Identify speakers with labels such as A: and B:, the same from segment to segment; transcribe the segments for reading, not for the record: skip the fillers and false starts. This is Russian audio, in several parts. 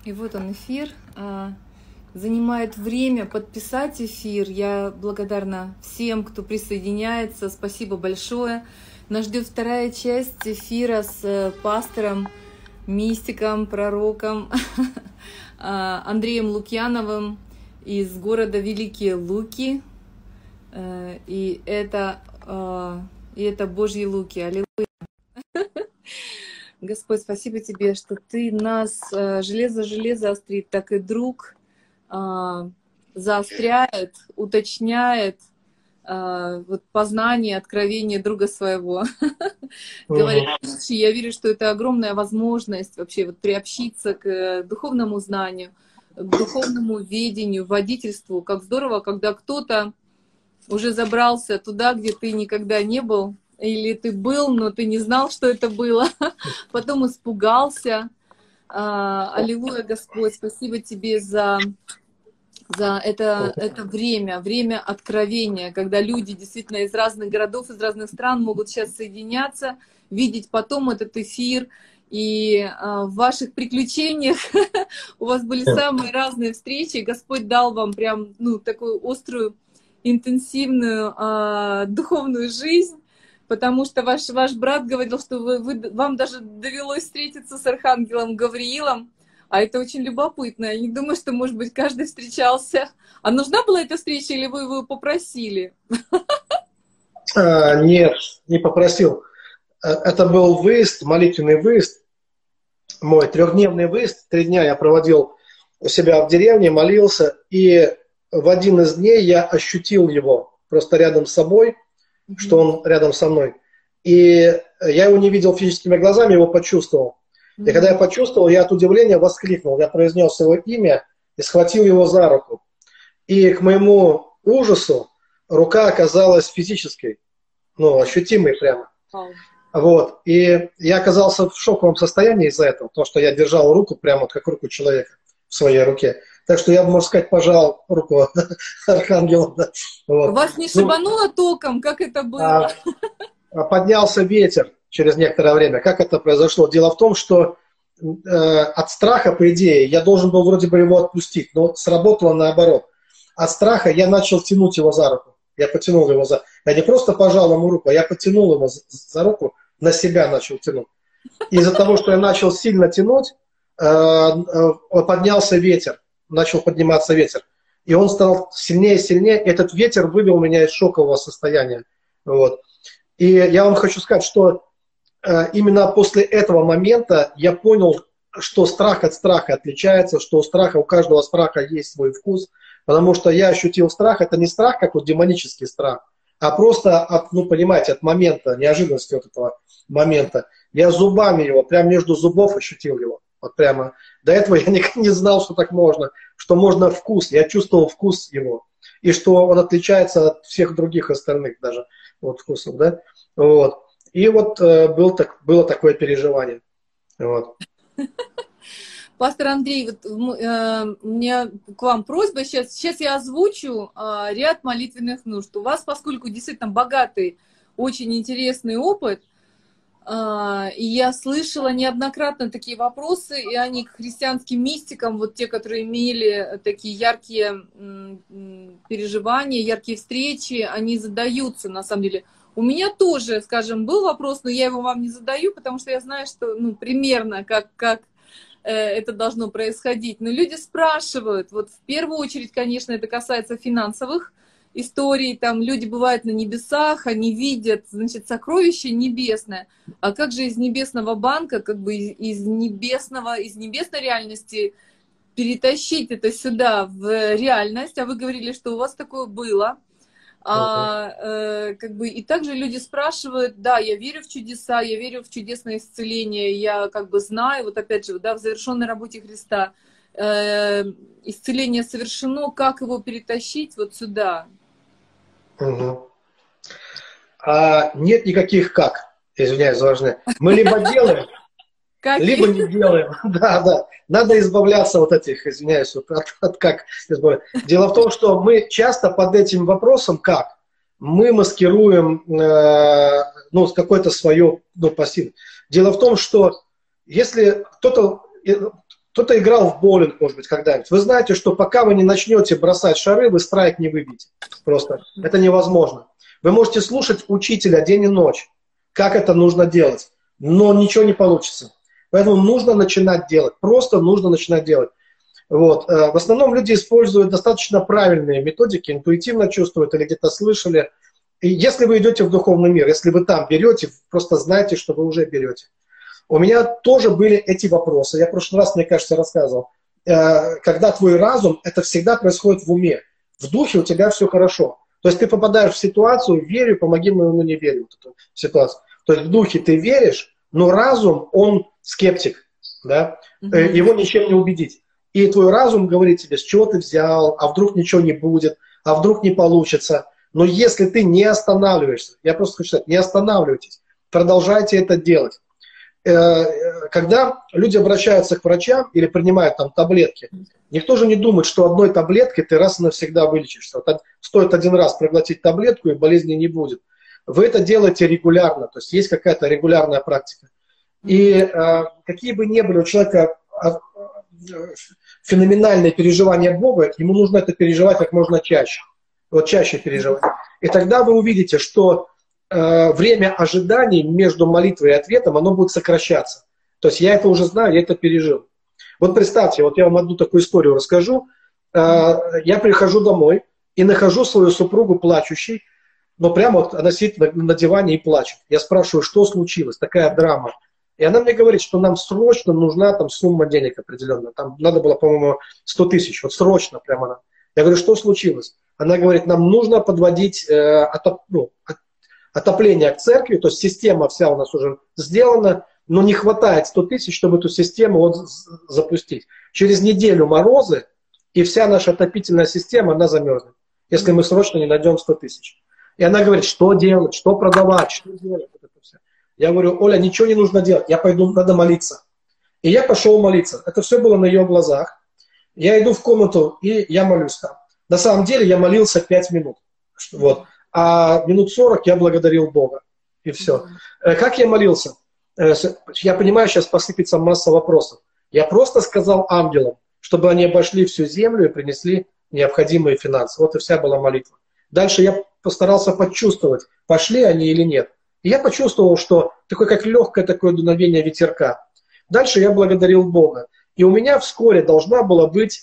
A: И вот он эфир. Занимает время подписать эфир. Я благодарна всем, кто присоединяется. Спасибо большое. Нас ждет вторая часть эфира с пастором, мистиком, пророком Андреем Лукьяновым из города Великие Луки. И это Божьи Луки. Аллилуйя. Господь, спасибо Тебе, что Ты нас железо острит, так и друг заостряет, уточняет вот познание, откровение друга своего. Говорит, я верю, что это огромная возможность вообще вот приобщиться к духовному знанию, к духовному ведению, водительству. Как здорово, когда кто-то уже забрался туда, где ты никогда не был, или ты был, но ты не знал, что это было, потом испугался. Аллилуйя, Господь, спасибо Тебе за это время откровения, когда люди действительно из разных городов, из разных стран могут сейчас соединяться, видеть потом этот эфир. И в ваших приключениях у вас были самые разные встречи. Господь дал вам прям такую острую, интенсивную духовную жизнь. Потому что ваш брат говорил, что вам даже довелось встретиться с архангелом Гавриилом, а это очень любопытно. Я не думаю, что, может быть, каждый встречался. А нужна была эта встреча, или вы его попросили?
B: Нет, не попросил. Это был выезд, молитвенный выезд, мой трехдневный выезд. 3 дня я проводил у себя в деревне, молился, и в один из дней я ощутил его просто рядом с собой, что он рядом со мной. И я его не видел физическими глазами, его почувствовал. И когда я почувствовал, я от удивления воскликнул. Я произнес его имя и схватил его за руку. И к моему ужасу рука оказалась физической, ощутимой прямо. Вот. И я оказался в шоковом состоянии из-за этого, потому что я держал руку прямо как руку человека в своей руке. Так что я, можно сказать, пожал руку архангела. Вот.
A: Вас не шибануло током? Как это было?
B: Поднялся ветер через некоторое время. Как это произошло? Дело в том, что от страха, по идее, я должен был вроде бы его отпустить, но сработало наоборот. От страха я начал тянуть его за руку. Я потянул его за... Я не просто пожал ему руку, а я потянул его за руку, на себя начал тянуть. Из-за того, что я начал сильно тянуть, поднялся ветер. Начал подниматься ветер. И он стал сильнее и сильнее. Этот ветер вывел меня из шокового состояния. Вот. И я вам хочу сказать, что именно после этого момента я понял, что страх от страха отличается, что у каждого страха есть свой вкус. Потому что я ощутил страх. Это не страх, как вот демонический страх, а просто от момента, неожиданности от этого момента. Я зубами его, прямо между зубов ощутил его. Вот прямо. До этого я никогда не знал, что так можно, что можно вкус. Я чувствовал вкус его. И что он отличается от всех других остальных даже вкусов. Да? Вот. И вот было такое переживание. Вот.
A: Пастор Андрей, у меня к вам просьба. Сейчас я озвучу ряд молитвенных нужд. У вас, поскольку действительно богатый, очень интересный опыт, и я слышала неоднократно такие вопросы, и они к христианским мистикам, вот те, которые имели такие яркие переживания, яркие встречи, они задаются, на самом деле. У меня тоже, скажем, был вопрос, но я его вам не задаю, потому что я знаю, что примерно как это должно происходить. Но люди спрашивают, вот в первую очередь, конечно, это касается финансовых историй, там люди бывают на небесах, они видят, значит, сокровище небесное. А как же из небесного банка, как бы из небесной реальности перетащить это сюда в реальность? А вы говорили, что у вас такое было. И также люди спрашивают, да, я верю в чудеса, я верю в чудесное исцеление, я знаю, вот опять же, да, в завершенной работе Христа исцеление совершено, как его перетащить вот сюда?
B: Угу. Нет никаких как, извиняюсь, важны. Мы либо делаем, либо не делаем. Да. Надо избавляться от этих, извиняюсь, от как избавляться. Дело в том, что мы часто под этим вопросом как? Мы маскируем какое-то свое пассивное. Дело в том, что если кто-то Кто-то играл в боулинг, может быть, когда-нибудь. Вы знаете, что пока вы не начнете бросать шары, вы страйк не выбьете. Просто это невозможно. Вы можете слушать учителя день и ночь, как это нужно делать, но ничего не получится. Поэтому нужно начинать делать. Просто нужно начинать делать. Вот. В основном люди используют достаточно правильные методики, интуитивно чувствуют или где-то слышали. И если вы идете в духовный мир, если вы там берете, просто знайте, что вы уже берете. У меня тоже были эти вопросы. Я в прошлый раз, мне кажется, рассказывал. Когда твой разум, это всегда происходит в уме. В духе у тебя все хорошо. То есть ты попадаешь в ситуацию, верю, помоги моему не верю в эту ситуацию. То есть в духе ты веришь, но разум, он скептик. Да? Его ничем не убедить. И твой разум говорит тебе, с чего ты взял, а вдруг ничего не будет, а вдруг не получится. Но если ты не останавливаешься, я просто хочу сказать, не останавливайтесь, продолжайте это делать. Когда люди обращаются к врачам или принимают там таблетки, никто же не думает, что одной таблеткой ты раз и навсегда вылечишься. Вот стоит один раз проглотить таблетку, и болезни не будет. Вы это делаете регулярно, то есть есть какая-то регулярная практика. И какие бы ни были у человека феноменальные переживания Бога, ему нужно это переживать как можно чаще. Вот чаще переживать. И тогда вы увидите, что время ожиданий между молитвой и ответом, оно будет сокращаться. То есть я это уже знаю, я это пережил. Вот представьте, вот я вам одну такую историю расскажу. Я прихожу домой и нахожу свою супругу плачущей, но прямо вот она сидит на диване и плачет. Я спрашиваю, что случилось, такая драма. И она мне говорит, что нам срочно нужна там сумма денег определенная. Там надо было, по-моему, 100 тысяч. Вот срочно прямо она. Я говорю, что случилось? Она говорит, нам нужно подводить отопление к церкви, то есть система вся у нас уже сделана, но не хватает 100 тысяч, чтобы эту систему вот запустить. Через неделю морозы, и вся наша отопительная система, она замерзнет, если мы срочно не найдем 100 тысяч. И она говорит, что делать, что продавать, что делать. Вот это все. Я говорю, Оля, ничего не нужно делать, я пойду, надо молиться. И я пошел молиться. Это все было на ее глазах. Я иду в комнату, и я молюсь там. На самом деле я молился 5 минут. Вот. А минут 40 я благодарил Бога. И все. Как я молился? Я понимаю, сейчас посыпется масса вопросов. Я просто сказал ангелам, чтобы они обошли всю землю и принесли необходимые финансы. Вот и вся была молитва. Дальше я постарался почувствовать, пошли они или нет. И я почувствовал, что такое, как легкое такое дуновение ветерка. Дальше я благодарил Бога. И у меня вскоре должна была быть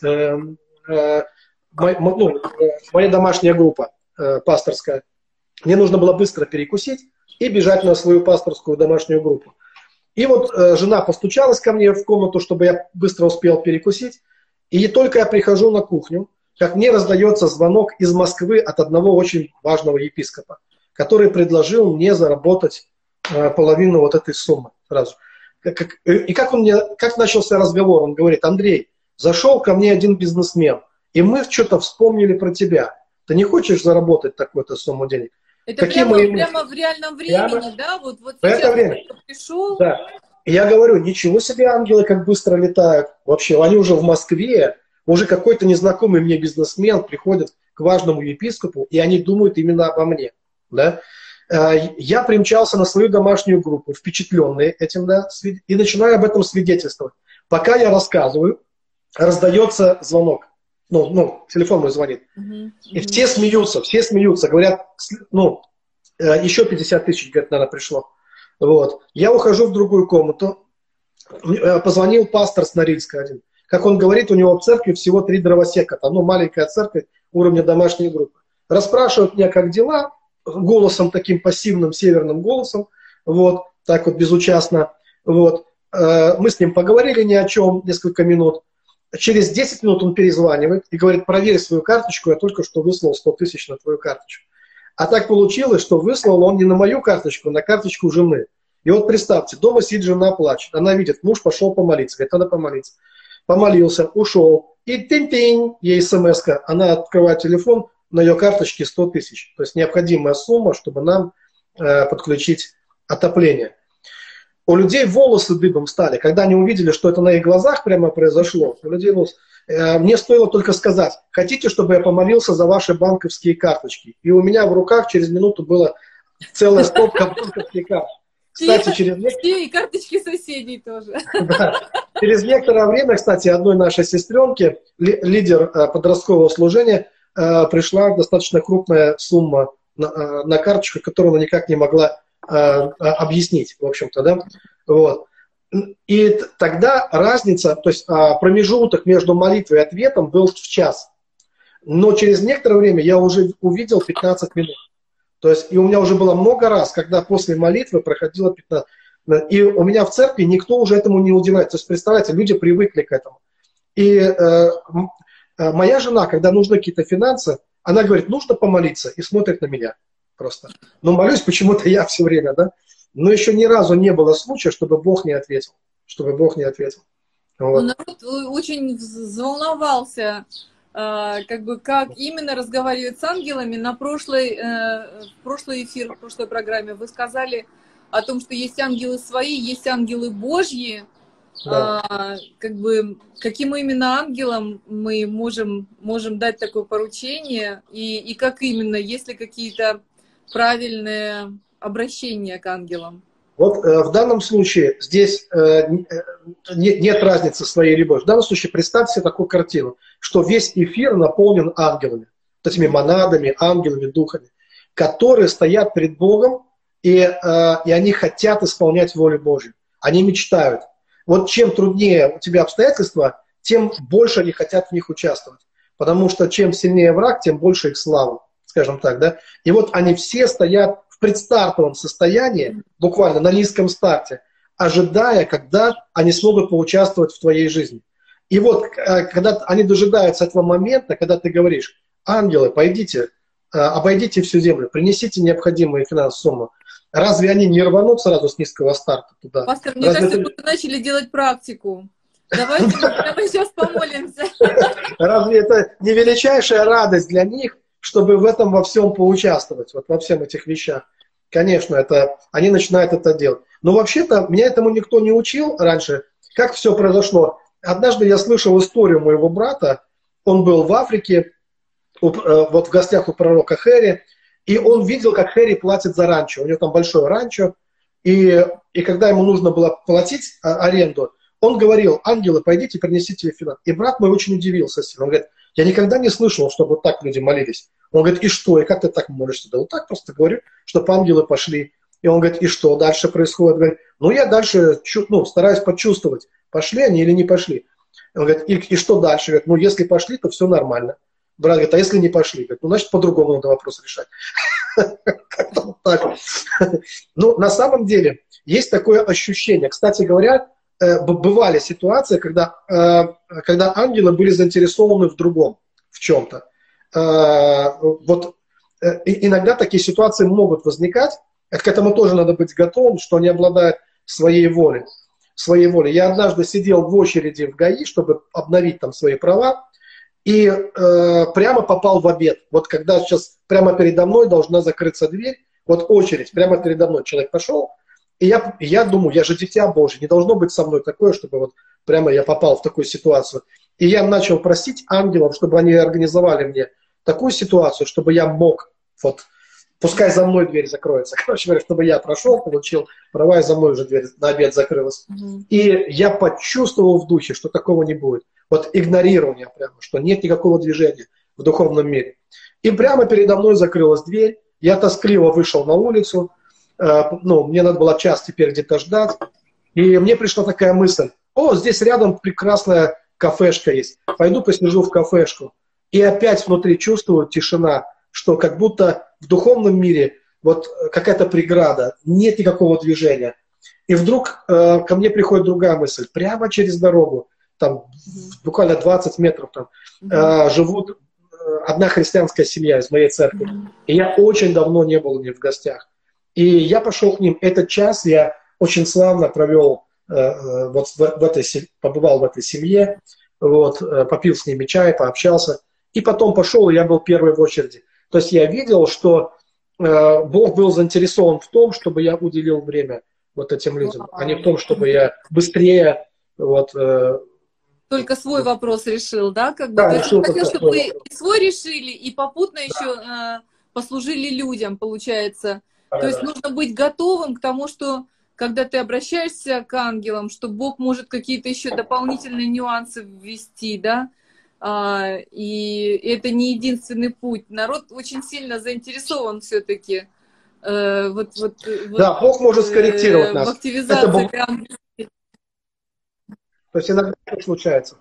B: моя домашняя группа пасторская. Мне нужно было быстро перекусить и бежать на свою пасторскую домашнюю группу. И вот жена постучалась ко мне в комнату, чтобы я быстро успел перекусить. И только я прихожу на кухню, как мне раздается звонок из Москвы от одного очень важного епископа, который предложил мне заработать половину вот этой суммы сразу. И как начался разговор? Он говорит, Андрей, зашел ко мне один бизнесмен, и мы что-то вспомнили про тебя. Ты не хочешь заработать такую-то сумму денег?
A: Это прямо в реальном времени, да? Вот
B: в это время.
A: Пришел.
B: Да. И я говорю, ничего себе ангелы как быстро летают. Вообще, они уже в Москве, уже какой-то незнакомый мне бизнесмен приходит к важному епископу, и они думают именно обо мне. Да? Я примчался на свою домашнюю группу, впечатленный этим, да, и начинаю об этом свидетельствовать. Пока я рассказываю, раздается звонок. Телефон мой звонит. И все смеются, говорят, еще 50 тысяч, говорят, наверное, пришло. Вот. Я ухожу в другую комнату, позвонил пастор с Норильска один. Как он говорит, у него в церкви всего 3 дровосека, там, маленькая церковь уровня домашней группы. Расспрашивают меня, как дела, голосом таким пассивным, северным голосом, вот, так вот безучастно. Вот. Мы с ним поговорили ни о чем несколько минут. Через 10 минут он перезванивает и говорит, проверь свою карточку, я только что выслал 100 тысяч на твою карточку. А так получилось, что выслал он не на мою карточку, а на карточку жены. И вот представьте, дома сидит жена, плачет. Она видит, муж пошел помолиться. Говорит, надо помолиться. Помолился, ушел. И тынь-тынь, ей смс-ка. Она открывает телефон, на ее карточке 100 тысяч. То есть необходимая сумма, чтобы нам подключить отопление. У людей волосы дыбом стали, когда они увидели, что это на их глазах прямо произошло. У людей волосы. Мне стоило только сказать, хотите, чтобы я помолился за ваши банковские карточки? И у меня в руках через минуту была целая стопка банковских карт. Кстати,
A: и карточки соседей тоже.
B: Да. Через некоторое время, кстати, одной нашей сестренке, лидер подросткового служения, пришла достаточно крупная сумма на карточку, которую она никак не могла объяснить, в общем-то, да. Вот. И тогда разница, то есть промежуток между молитвой и ответом был в час. Но через некоторое время я уже увидел 15 минут. То есть, и у меня уже было много раз, когда после молитвы проходило 15 минут. И у меня в церкви никто уже этому не удивляется. То есть, представляете, люди привыкли к этому. И моя жена, когда нужны какие-то финансы, она говорит, нужно помолиться, и смотрит на меня просто. Но молюсь почему-то я все время, да. Но еще ни разу не было случая, чтобы Бог не ответил. Чтобы Бог не ответил. Вот.
A: Народ очень взволновался, как бы как именно разговаривать с ангелами. На прошлый эфир, в прошлой программе вы сказали о том, что есть ангелы свои, есть ангелы Божьи. Да. Как бы каким именно ангелам мы можем дать такое поручение, и как именно, есть ли какие-то правильные обращения к ангелам?
B: Вот в данном случае здесь нет разницы своей или Божьей. В данном случае представьте себе такую картину, что весь эфир наполнен ангелами, вот этими монадами, ангелами, духами, которые стоят перед Богом, и они хотят исполнять волю Божью. Они мечтают. Вот чем труднее у тебя обстоятельства, тем больше они хотят в них участвовать. Потому что чем сильнее враг, тем больше их слава, скажем так, да. И вот они все стоят в предстартовом состоянии, буквально на низком старте, ожидая, когда они смогут поучаствовать в твоей жизни. И вот, когда они дожидаются этого момента, когда ты говоришь, ангелы, пойдите, обойдите всю землю, принесите необходимые финансовые суммы, разве они не рванут сразу с низкого старта туда?
A: Пастор, мне кажется, мы начали делать практику. Давайте мы прямо сейчас помолимся.
B: Разве это не величайшая радость для них, чтобы в этом во всем поучаствовать, вот во всех этих вещах? Конечно, они начинают это делать. Но вообще-то меня этому никто не учил раньше. Как все произошло? Однажды я слышал историю моего брата. Он был в Африке, вот в гостях у пророка Хэри, и он видел, как Хэри платит за ранчо. У него там большое ранчо. И когда ему нужно было платить аренду, он говорил, ангелы, пойдите, принесите финансы. И брат мой очень удивился. Он говорит, я никогда не слышал, чтобы вот так люди молились. Он говорит, и что? И как ты так молишься? Да вот так просто говорю, чтобы ангелы пошли. И он говорит, и что дальше происходит? Говорит, ну я дальше стараюсь почувствовать, пошли они или не пошли. Он говорит, и что дальше? Говорит, ну если пошли, то все нормально. Брат говорит, а если не пошли? Говорит, ну значит по-другому надо вопрос решать. Как-то вот так. Ну на самом деле есть такое ощущение. Кстати говоря, бывали ситуации, когда ангелы были заинтересованы в другом, в чем-то. Вот иногда такие ситуации могут возникать. К этому тоже надо быть готовым, что они обладают своей волей. Я однажды сидел в очереди в ГАИ, чтобы обновить там свои права, и прямо попал в обед. Вот когда сейчас прямо передо мной должна закрыться дверь, вот очередь, прямо передо мной человек пошел, и я думаю, я же дитя Божье, не должно быть со мной такое, чтобы вот прямо я попал в такую ситуацию. И я начал просить ангелов, чтобы они организовали мне такую ситуацию, чтобы я мог, вот, пускай за мной дверь закроется, короче говоря, чтобы я прошел, получил права, и за мной уже дверь на обед закрылась. И я почувствовал в духе, что такого не будет. Вот игнорирование прямо, что нет никакого движения в духовном мире. И прямо передо мной закрылась дверь, я тоскливо вышел на улицу, мне надо было час теперь где-то ждать, и мне пришла такая мысль, здесь рядом прекрасная кафешка есть, пойду посижу в кафешку. И опять внутри чувствую тишина, что как будто в духовном мире вот какая-то преграда, нет никакого движения. И вдруг ко мне приходит другая мысль, прямо через дорогу, там буквально 20 метров там, живут одна христианская семья из моей церкви. И я очень давно не был у них в гостях. И я пошел к ним. Этот час я очень славно провел, побывал в этой семье, попил с ними чай, пообщался. И потом пошел, и я был первый в очереди. То есть я видел, что Бог был заинтересован в том, чтобы я уделил время вот этим людям, а не в том, чтобы я быстрее
A: только свой вопрос решил, да?
B: Да,
A: решил, хотел, чтобы вы и свой решили, и попутно еще послужили людям, получается. То есть нужно быть готовым к тому, что когда ты обращаешься к ангелам, что Бог может какие-то еще дополнительные нюансы ввести, да, и это не единственный путь. Народ очень сильно заинтересован все-таки
B: Да, Бог может скорректировать
A: в
B: нас. Это
A: активизации
B: Бог. То есть иногда это случается.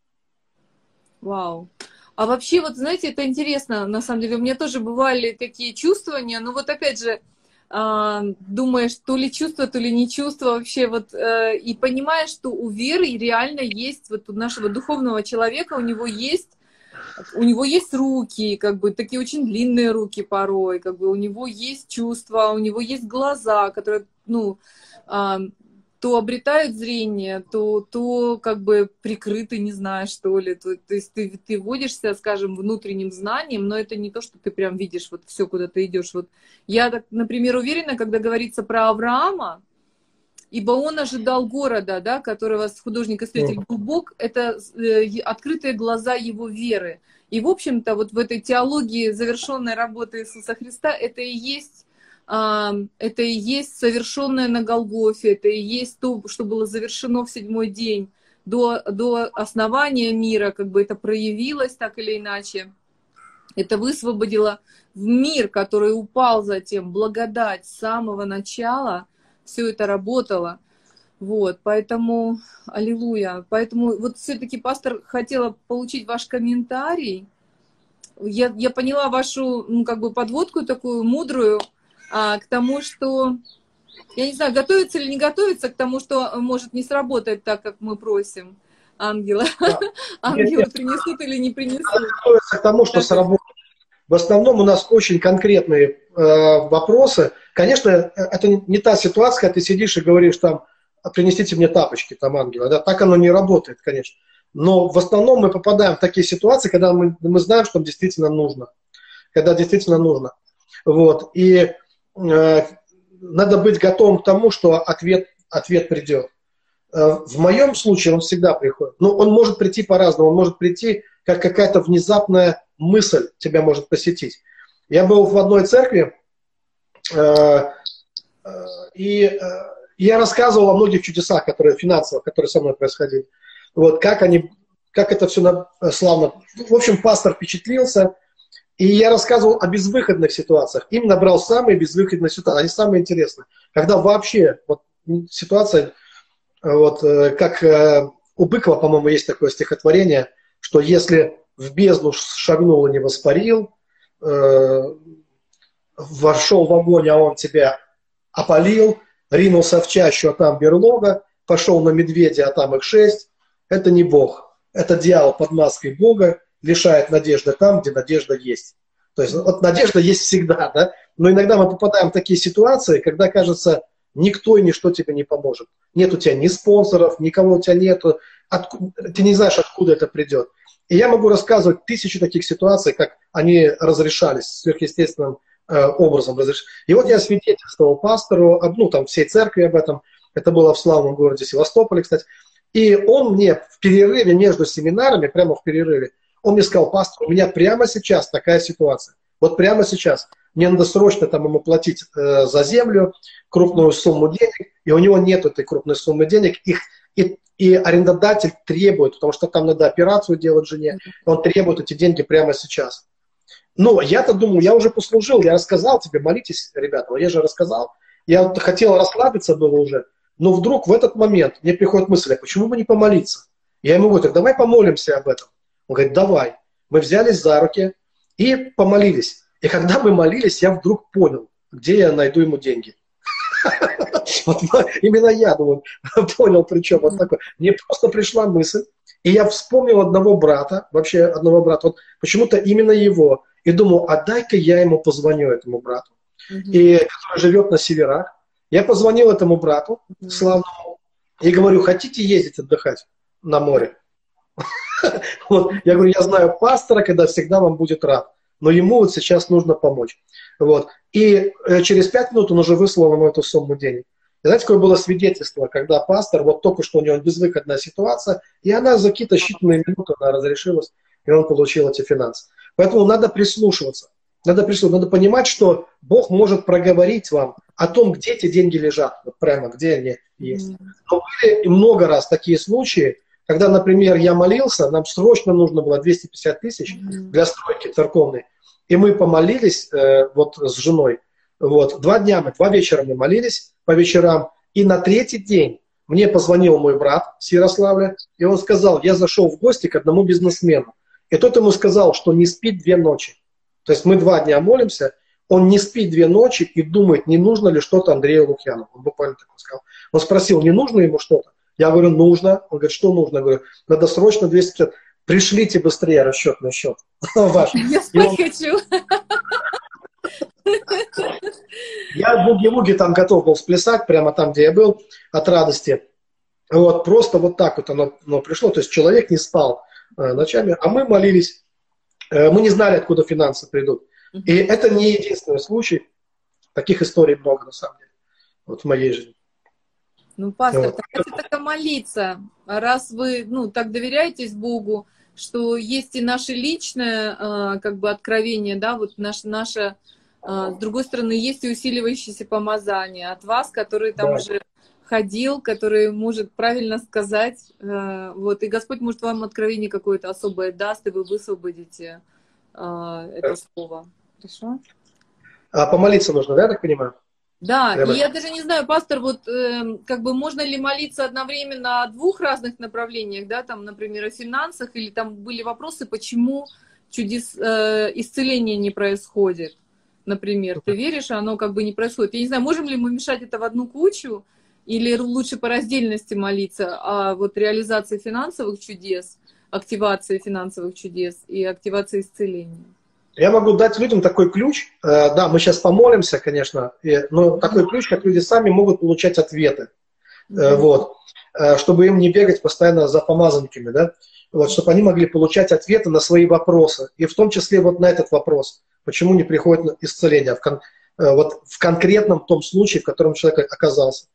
A: Вау. А вообще, вот знаете, это интересно, на самом деле, у меня тоже бывали такие чувствования, но вот опять же, думаешь, то ли чувство, то ли не чувство вообще, вот, и понимаешь, что у веры реально есть, вот у нашего духовного человека, у него есть руки, как бы такие очень длинные руки порой, как бы у него есть чувства, у него есть глаза, которые, ну, то обретают зрение, то как бы прикрыты, не знаю, что ли. То есть ты водишься, скажем, внутренним знанием, но это не то, что ты прям видишь вот все, куда ты идешь. Вот я, так, например, уверена, когда говорится про Авраама, ибо он ожидал города, да, которого художник-исследователь был Бог, это открытые глаза его веры. И, в общем-то, вот в этой теологии завершенной работы Иисуса Христа это и есть совершенное на Голгофе, это и есть то, что было завершено в 7-й день до основания мира, как бы это проявилось так или иначе. Это высвободило в мир, который упал затем, благодать с самого начала, все это работало. Вот, поэтому, аллилуйя. Поэтому вот все-таки, пастор, хотела получить ваш комментарий. Я поняла вашу, ну, как бы подводку такую мудрую, к тому, что, я не знаю, готовится или не готовится к тому, что может не сработать так, как мы просим ангела.
B: Да.
A: Ангелы принесут или не принесут.
B: Готовится к тому, что сработает. В основном у нас очень конкретные вопросы. Конечно, это не та ситуация, когда ты сидишь и говоришь там, принесите мне тапочки, там, ангела. Да? Так оно не работает, конечно. Но в основном мы попадаем в такие ситуации, когда мы знаем, что нам действительно нужно. Когда действительно нужно. Вот. И надо быть готовым к тому, что ответ придет. В моем случае он всегда приходит. Но он может прийти по-разному. Он может прийти, как какая-то внезапная мысль тебя может посетить. Я был в одной церкви, и я рассказывал о многих чудесах, которые финансовых, которые со мной происходили. Вот, как это все славно. В общем, пастор впечатлился, и я рассказывал о безвыходных ситуациях. Именно брал самые безвыходные ситуации, они самые интересные. Когда вообще вот, ситуация, вот, как у Быкова, по-моему, есть такое стихотворение, что если в бездну шагнул и не воспарил, вошел в огонь, а он тебя опалил, ринулся в чащу, а там берлога, пошел на медведя, а там их 6, это не Бог, это дьявол под маской Бога, лишает надежды там, где надежда есть. То есть вот надежда есть всегда, да? Но иногда мы попадаем в такие ситуации, когда кажется, никто и ничто тебе не поможет. Нет у тебя ни спонсоров, никого у тебя нету, ты не знаешь, откуда это придет. И я могу рассказывать тысячи таких ситуаций, как они разрешались сверхъестественным образом. И вот я свидетельствовал пастору, ну там всей церкви об этом, это было в славном городе Севастополе, кстати, и он мне в перерыве между семинарами, прямо в перерыве, он мне сказал: пастор, у меня прямо сейчас такая ситуация, вот прямо сейчас, мне надо срочно там ему платить за землю крупную сумму денег, и у него нет этой крупной суммы денег, и арендодатель требует, потому что там надо операцию делать жене, он требует эти деньги прямо сейчас. Но я-то думаю, я уже послужил, я рассказал тебе, молитесь, ребята, я же рассказал, я вот хотел расслабиться было уже, но вдруг в этот момент мне приходит мысль: а почему бы не помолиться? Я ему говорю: так давай помолимся об этом. Он говорит: давай. Мы взялись за руки и помолились. И когда мы молились, я вдруг понял, где я найду ему деньги. Именно я понял, причем вот такой. Мне просто пришла мысль, и я вспомнил одного брата, вот почему-то именно его, и думаю, а дай-ка я ему позвоню, этому брату, и который живет на северах. Я позвонил этому брату славному и говорю: хотите ездить отдыхать на море? Вот, я говорю: я знаю пастора, когда всегда вам будет рад, но ему вот сейчас нужно помочь. Вот. И через 5 минут он уже выслал ему эту сумму денег. И знаете, какое было свидетельство, когда пастор, вот только что у него безвыходная ситуация, и она за какие-то считанные минуты она разрешилась, и он получил эти финансы. Поэтому надо прислушиваться. Надо понимать, что Бог может проговорить вам о том, где эти деньги лежат, вот прямо где они есть. Но были много раз такие случаи, когда, например, я молился, нам срочно нужно было 250 тысяч для стройки церковной, и мы помолились вот с женой, вот, 2 вечера мы молились по вечерам, и на 3-й день мне позвонил мой брат с Ярославля, и он сказал, я зашел в гости к одному бизнесмену, и тот ему сказал, что не спит 2 ночи. То есть мы 2 дня молимся, он не спит 2 ночи и думает, не нужно ли что-то Андрею Лукьянову. Он буквально так сказал. Он спросил, не нужно ему что-то? Я говорю, нужно. Он говорит, что нужно? Я говорю, надо срочно 250. Пришлите быстрее расчет на счет ваш.
A: Я спать хочу.
B: Я буги-вуги там готов был сплясать, прямо там, где я был, от радости. Вот, просто вот так вот оно пришло. То есть человек не спал ночами, а мы молились. Мы не знали, откуда финансы придут. И это не единственный случай. Таких историй много, на самом деле, вот в моей жизни.
A: Ну, пастор, вот. Давайте так молиться. Раз вы, так доверяетесь Богу, что есть и наше личное, как бы, откровение, да, вот наше, с другой стороны, есть и усиливающееся помазание от вас, который там уже ходил, который может правильно сказать, вот, и Господь может вам откровение какое-то особое даст, и вы высвободите это слово. Хорошо?
B: А помолиться нужно, да, я так понимаю?
A: Да, и я даже не знаю, пастор, вот как бы можно ли молиться одновременно о 2 разных направлениях, да, там, например, о финансах, или там были вопросы, почему исцеление не происходит, например. Ты веришь, а оно как бы не происходит. Я не знаю, можем ли мы мешать это в одну кучу, или лучше по раздельности молиться о вот реализации финансовых чудес, активации финансовых чудес и активации исцеления?
B: Я могу дать людям такой ключ. Да, мы сейчас помолимся, конечно, но такой ключ, как люди сами могут получать ответы. Вот. Чтобы им не бегать постоянно за помазанниками, да? Вот, чтобы они могли получать ответы на свои вопросы. И в том числе вот на этот вопрос. Почему не приходит исцеление? Вот в конкретном том случае, в котором человек оказался.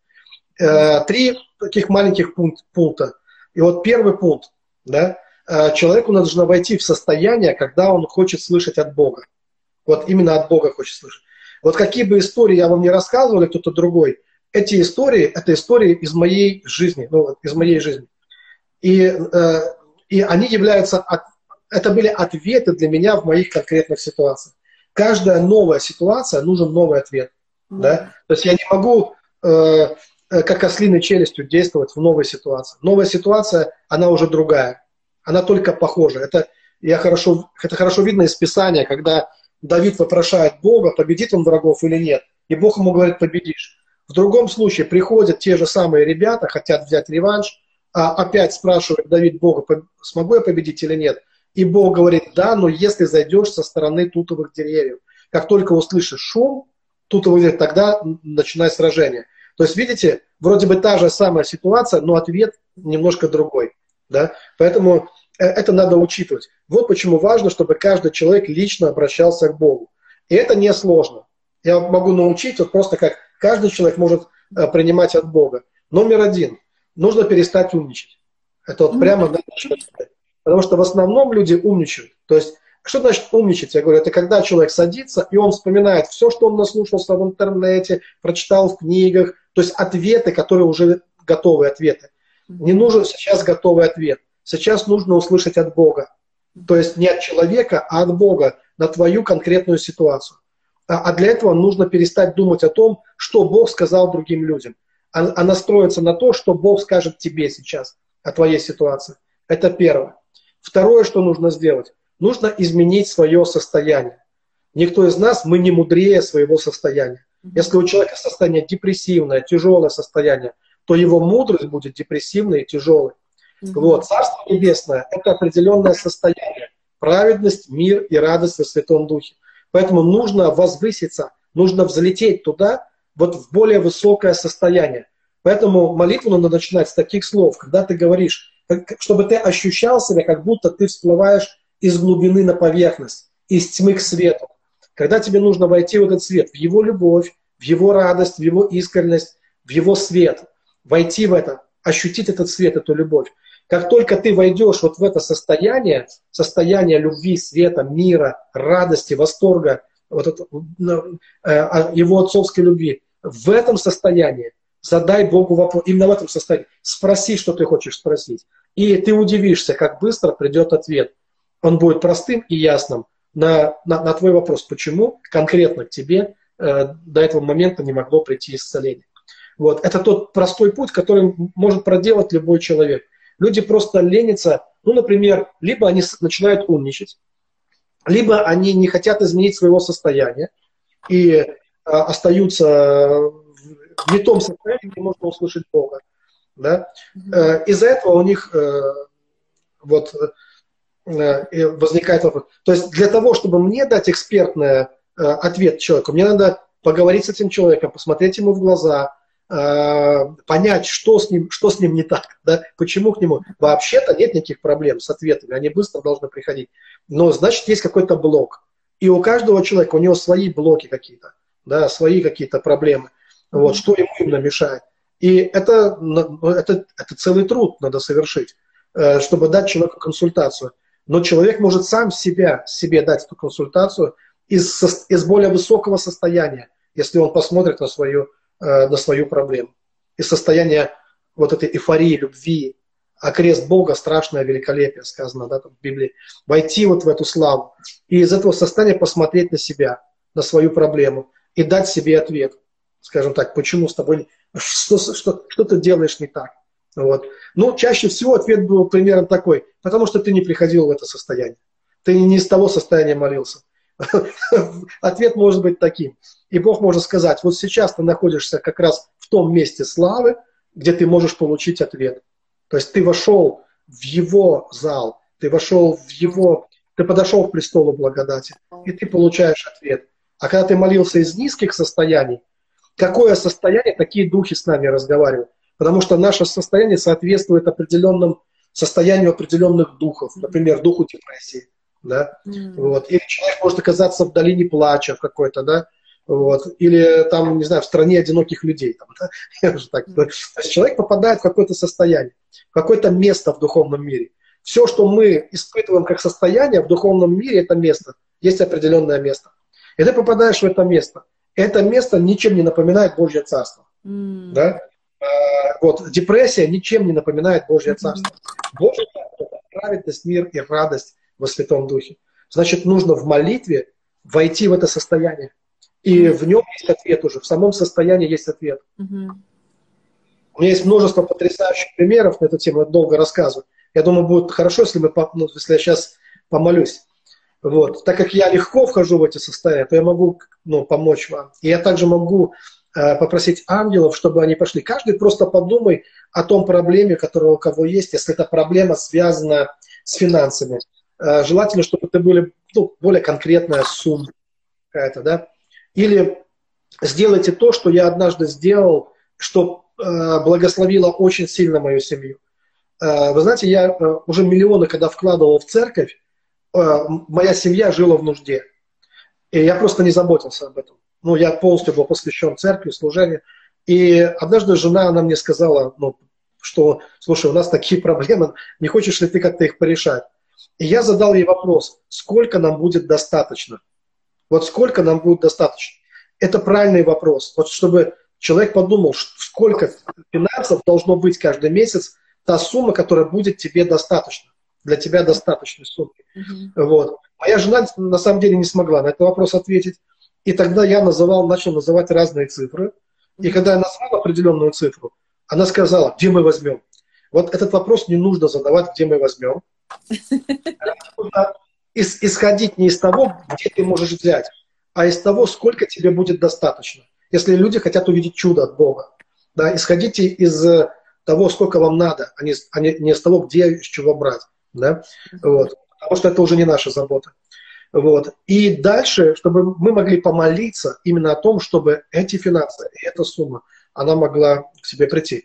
B: 3 таких маленьких пункта. И вот первый пункт, да? Человеку нужно войти в состояние, когда он хочет слышать от Бога. Вот именно от Бога хочет слышать. Вот какие бы истории я вам не рассказывал, или кто-то другой, эти истории, это истории из моей жизни, из моей жизни. И они являются, это были ответы для меня в моих конкретных ситуациях. Каждая новая ситуация, нужен новый ответ. Да? То есть я не могу, как ослиной челюстью, действовать в новой ситуации. Новая ситуация, она уже другая. Она только похожа. Это хорошо видно из Писания, когда Давид вопрошает Бога, победит он врагов или нет. И Бог ему говорит, победишь. В другом случае приходят те же самые ребята, хотят взять реванш, а опять спрашивает Давид Бога, смогу я победить или нет. И Бог говорит, да, но если зайдешь со стороны тутовых деревьев. Как только услышишь шум тутовых деревьев, тогда начинай сражение. То есть, видите, вроде бы та же самая ситуация, но ответ немножко другой. Да? Поэтому это надо учитывать. Вот почему важно, чтобы каждый человек лично обращался к Богу. И это несложно. Я могу научить, вот просто как каждый человек может принимать от Бога. Номер 1. Нужно перестать умничать. Это вот прямо надо начать. Потому что в основном люди умничают. То есть, что значит умничать? Я говорю, это когда человек садится, и он вспоминает все, что он наслушался в интернете, прочитал в книгах. То есть ответы, которые уже готовые ответы. Не нужен сейчас готовый ответ. Сейчас нужно услышать от Бога. То есть не от человека, а от Бога на твою конкретную ситуацию. А для этого нужно перестать думать о том, что Бог сказал другим людям. А настроиться на то, что Бог скажет тебе сейчас о твоей ситуации. Это первое. Второе, что нужно сделать. Нужно изменить свое состояние. Никто из нас, мы не мудрее своего состояния. Если у человека состояние депрессивное, тяжелое состояние, то его мудрость будет депрессивной и тяжелой. Вот. Царство Небесное – это определенное состояние. Праведность, мир и радость во Святом Духе. Поэтому нужно возвыситься, нужно взлететь туда, вот в более высокое состояние. Поэтому молитву надо начинать с таких слов, когда ты говоришь, чтобы ты ощущал себя, как будто ты всплываешь из глубины на поверхность, из тьмы к свету. Когда тебе нужно войти в этот свет, в его любовь, в его радость, в его искренность, в его свет. Войти в это, ощутить этот свет, эту любовь. Как только ты войдешь вот в это состояние любви, света, мира, радости, восторга вот это, его отцовской любви. В этом состоянии задай Богу вопрос, именно в этом состоянии. Спроси, что ты хочешь спросить. И ты удивишься, как быстро придет ответ. Он будет простым и ясным на твой вопрос, почему конкретно к тебе до этого момента не могло прийти исцеление. Вот. Это тот простой путь, который может проделать любой человек. Люди просто ленятся, ну, например, либо они начинают умничать, либо они не хотят изменить своего состояния и остаются в не том состоянии, где можно услышать Бога. Да? Из-за этого у них возникает вопрос. То есть для того, чтобы мне дать экспертный ответ человеку, мне надо поговорить с этим человеком, посмотреть ему в глаза, понять, что с ним не так, да? Почему к нему. Вообще-то нет никаких проблем с ответами, они быстро должны приходить. Но значит, есть какой-то блок. И у каждого человека, у него свои блоки какие-то, да, свои какие-то проблемы. Вот, что ему именно мешает. И это целый труд надо совершить, чтобы дать человеку консультацию. Но человек может сам себе дать эту консультацию из более высокого состояния, если он посмотрит на свою проблему. Из состояния вот этой эйфории, любви, а крест Бога — страшное великолепие, сказано, да, там в Библии. Войти вот в эту славу. И из этого состояния посмотреть на себя, на свою проблему и дать себе ответ. Скажем так, почему с тобой, что ты делаешь не так. Вот. Ну, чаще всего ответ был примерно такой: потому что ты не приходил в это состояние. Ты не из того состояния молился. Ответ может быть таким. И Бог может сказать: вот сейчас ты находишься как раз в том месте славы, где ты можешь получить ответ. То есть ты вошел в его зал, ты подошел к престолу благодати, и ты получаешь ответ. А когда ты молился из низких состояний, какое состояние, такие духи с нами разговаривают. Потому что наше состояние соответствует определенному состоянию определенных духов, например, духу депрессии. Да? Вот. Или человек может оказаться в долине плача в какой-то, да? Вот. Или там, не знаю, в стране одиноких людей. Там, да? То есть человек попадает в какое-то состояние, в какое-то место в духовном мире. Все, что мы испытываем как состояние в духовном мире, это место. Есть определенное место. И ты попадаешь в это место. Это место ничем не напоминает Божье Царство. Да? Вот. Депрессия ничем не напоминает Божье Царство. Божье Царство — это праведность, мир и радость во Святом Духе. Значит, нужно в молитве войти в это состояние. И в нем есть ответ уже. В самом состоянии есть ответ. У меня есть множество потрясающих примеров на эту тему. Я долго рассказываю. Я думаю, будет хорошо, если я сейчас помолюсь. Вот. Так как я легко вхожу в эти состояния, то я могу помочь вам. И я также могу попросить ангелов, чтобы они пошли. Каждый просто подумай о том проблеме, которая у кого есть, если эта проблема связана с финансами. Желательно, чтобы это были более конкретная сумма какая-то, да. Или сделайте то, что я однажды сделал, что благословило очень сильно мою семью. Вы знаете, я уже миллионы, когда вкладывал в церковь, моя семья жила в нужде. И я просто не заботился об этом. Я полностью был посвящен церкви, служению. И однажды жена, она мне сказала, что, слушай, у нас такие проблемы, не хочешь ли ты как-то их порешать? И я задал ей вопрос: сколько нам будет достаточно? Вот сколько нам будет достаточно? Это правильный вопрос. Вот чтобы человек подумал, сколько финансов должно быть каждый месяц, та сумма, которая будет тебе достаточно, для тебя достаточной суммы. Вот. Моя жена на самом деле не смогла на этот вопрос ответить. И тогда я начал называть разные цифры. И когда я назвал определенную цифру, она сказала: где мы возьмем? Вот этот вопрос не нужно задавать, где мы возьмем. Нужно исходить не из того, где ты можешь взять, а из того, сколько тебе будет достаточно. Если люди хотят увидеть чудо от Бога, да, исходите из того, сколько вам надо, а не из того, где, из чего брать. Да? Вот. Потому что это уже не наша забота. Вот. И дальше, чтобы мы могли помолиться именно о том, чтобы эти финансы, эта сумма, она могла к себе прийти.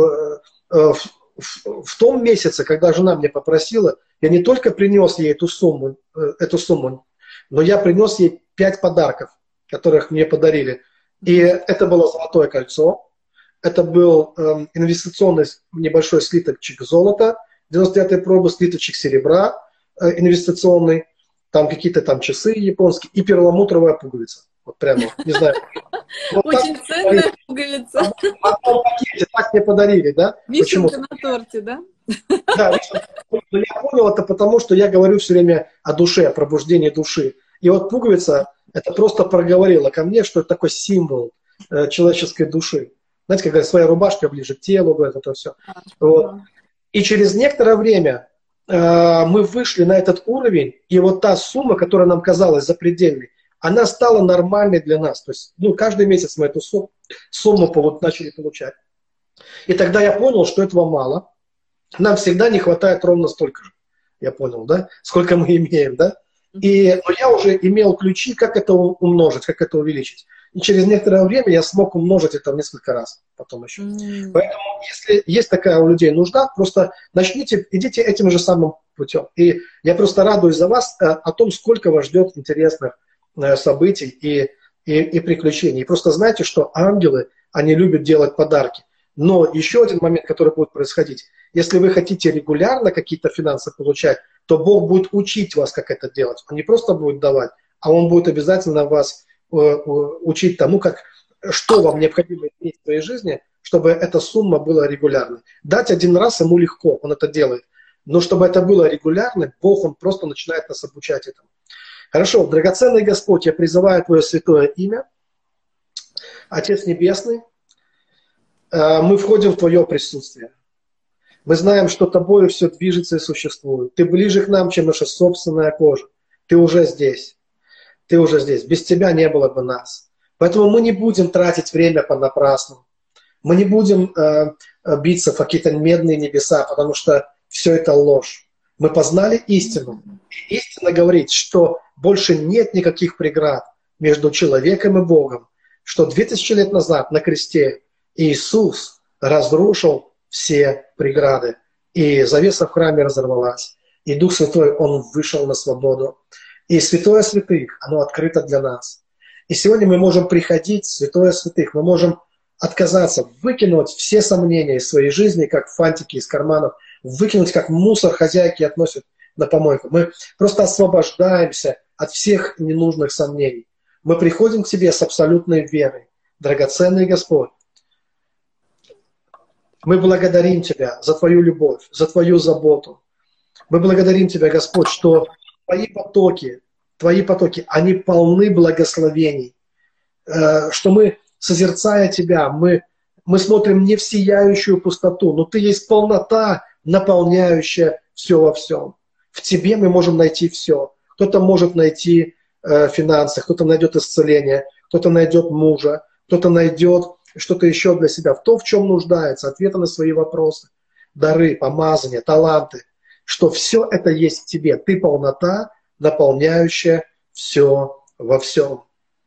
B: В том месяце, когда жена мне попросила, я не только принес ей эту сумму, но я принес ей 5 подарков, которых мне подарили. И это было золотое кольцо, это был инвестиционный небольшой слиточек золота, 99-й пробы, слиточек серебра инвестиционный, там какие-то там часы японские и перламутровая пуговица. Вот прямо, не знаю.
A: Очень ценная пуговица.
B: В одном пакете так мне подарили, да?
A: Вишенка на торте, да?
B: Да, но я понял это потому, что я говорю все время о душе, о пробуждении души. И вот пуговица, это просто проговорила ко мне, что это такой символ человеческой души. Знаете, как говорят, своя рубашка ближе к телу, говорят, это все. Вот. И через некоторое время мы вышли на этот уровень, и вот та сумма, которая нам казалась запредельной, она стала нормальной для нас. То есть, каждый месяц мы эту сумму начали получать. И тогда я понял, что этого мало. Нам всегда не хватает ровно столько же. Я понял, да? Сколько мы имеем, да? Но я уже имел ключи, как это умножить, как это увеличить. И через некоторое время я смог умножить это в несколько раз потом еще. Поэтому, если есть такая у людей нужда, просто начните, идите этим же самым путем. И я просто радуюсь за вас о том, сколько вас ждет интересных событий и приключений. И просто знайте, что ангелы, они любят делать подарки. Но еще один момент, который будет происходить. Если вы хотите регулярно какие-то финансы получать, то Бог будет учить вас, как это делать. Он не просто будет давать, а Он будет обязательно вас учить тому, что вам необходимо иметь в своей жизни, чтобы эта сумма была регулярной. Дать один раз ему легко, он это делает. Но чтобы это было регулярно, Бог, Он просто начинает нас обучать этому. Хорошо, драгоценный Господь, я призываю Твое святое имя. Отец Небесный, мы входим в Твое присутствие. Мы знаем, что Тобою все движется и существует. Ты ближе к нам, чем наша собственная кожа. Ты уже здесь. Ты уже здесь. Без Тебя не было бы нас. Поэтому мы не будем тратить время понапрасну. Мы не будем биться в какие-то медные небеса, потому что все это ложь. Мы познали истину. И истина говорит, что больше нет никаких преград между человеком и Богом. Что 2000 лет назад на кресте Иисус разрушил все преграды. И завеса в храме разорвалась. И Дух Святой, Он вышел на свободу. И Святое Святых, оно открыто для нас. И сегодня мы можем приходить в Святое Святых. Мы можем отказаться, выкинуть все сомнения из своей жизни, как фантики из карманов, выкинуть, как мусор хозяйки относят на помойку. Мы просто освобождаемся от всех ненужных сомнений. Мы приходим к Тебе с абсолютной верой. Драгоценный Господь, мы благодарим Тебя за Твою любовь, за Твою заботу. Мы благодарим Тебя, Господь, что Твои потоки, они полны благословений. Что мы, созерцая Тебя, мы смотрим не в сияющую пустоту, но Ты есть полнота, наполняющая все во всем. В Тебе мы можем найти все. Кто-то может найти финансы, кто-то найдет исцеление, кто-то найдет мужа, кто-то найдет что-то еще для себя, в том, в чем нуждается, ответы на свои вопросы, дары, помазания, таланты, что все это есть в Тебе. Ты полнота, наполняющая все во всем.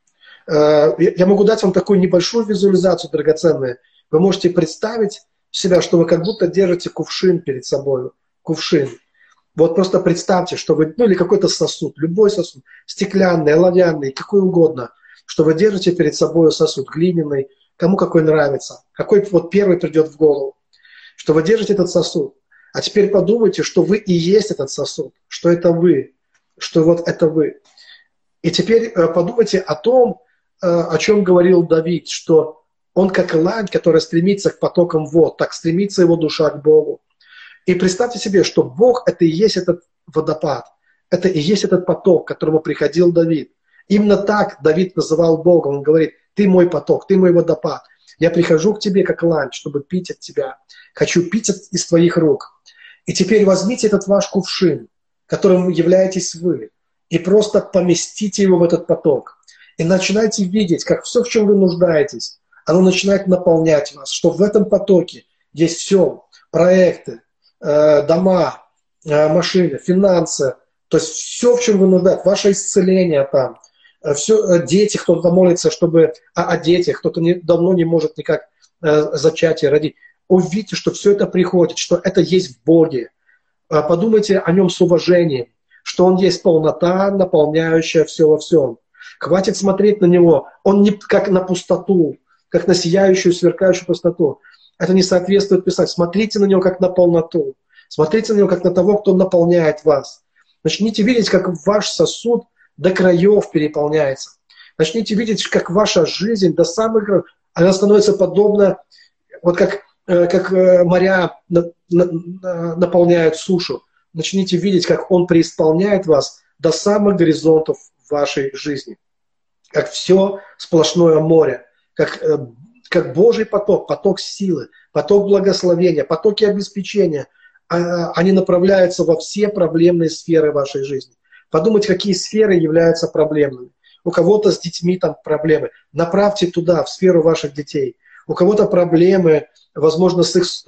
B: Я могу дать вам такую небольшую визуализацию, драгоценную. Вы можете представить себя, что вы как будто держите кувшин перед собой. Кувшин. Вот просто представьте, что вы, или какой-то сосуд, любой сосуд, стеклянный, оловянный, какой угодно, что вы держите перед собой сосуд глиняный, кому какой нравится, какой вот первый придет в голову, что вы держите этот сосуд. А теперь подумайте, что вы и есть этот сосуд, что это вы, что вот это вы. И теперь подумайте о том, о чем говорил Давид, что он как лань, которая стремится к потокам вод, так стремится его душа к Богу. И представьте себе, что Бог — это и есть этот водопад, это и есть этот поток, к которому приходил Давид. Именно так Давид называл Бога. Он говорит: ты мой поток, ты мой водопад. Я прихожу к тебе как лань, чтобы пить от тебя. Хочу пить из твоих рук. И теперь возьмите этот ваш кувшин, которым являетесь вы, и просто поместите его в этот поток. И начинайте видеть, как все, в чем вы нуждаетесь, оно начинает наполнять вас, что в этом потоке есть все: проекты, дома, машины, финансы, то есть все, в чем вы нуждаетесь, ваше исцеление там, все, дети, кто-то молится, чтобы о детях, кто-то давно не может никак зачатие родить. Увидите, что все это приходит, что это есть в Боге. Подумайте о нем с уважением, что он есть полнота, наполняющая все во всем. Хватит смотреть на него. Он не как на пустоту, как на сияющую, сверкающую пустоту. Это не соответствует писать. Смотрите на него как на полноту. Смотрите на него как на того, кто наполняет вас. Начните видеть, как ваш сосуд до краев переполняется. Начните видеть, как ваша жизнь до самых краев, она становится подобна, вот как моря наполняют сушу. Начните видеть, как Он преисполняет вас до самых горизонтов вашей жизни. Как все сплошное море, как Божий поток, поток силы, поток благословения, потоки обеспечения, они направляются во все проблемные сферы вашей жизни. Подумайте, какие сферы являются проблемными. У кого-то с детьми там проблемы. Направьте туда, в сферу ваших детей. У кого-то проблемы, возможно,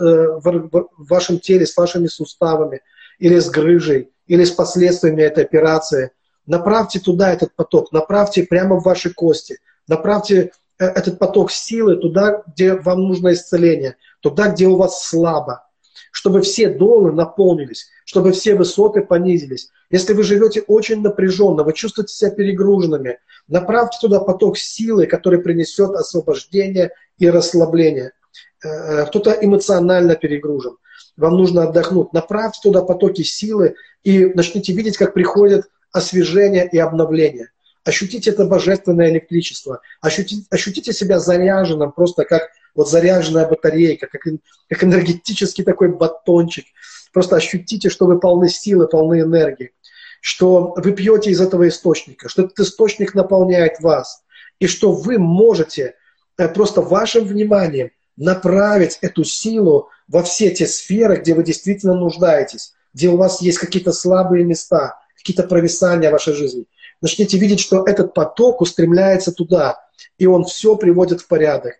B: в вашем теле, с вашими суставами, или с грыжей, или с последствиями этой операции. Направьте туда этот поток, направьте прямо в ваши кости, направьте этот поток силы туда, где вам нужно исцеление, туда, где у вас слабо, чтобы все долы наполнились, чтобы все высоты понизились. Если вы живете очень напряженно, вы чувствуете себя перегруженными, направьте туда поток силы, который принесет освобождение и расслабление. Кто-то эмоционально перегружен, вам нужно отдохнуть. Направьте туда потоки силы и начните видеть, как приходит освежение и обновление. Ощутите это божественное электричество. Ощутите себя заряженным, просто как вот заряженная батарейка, как энергетический такой батончик. Просто ощутите, что вы полны силы, полны энергии, что вы пьете из этого источника, что этот источник наполняет вас, и что вы можете просто вашим вниманием направить эту силу во все те сферы, где вы действительно нуждаетесь, где у вас есть какие-то слабые места, какие-то провисания в вашей жизни. Начните видеть, что этот поток устремляется туда, и он все приводит в порядок.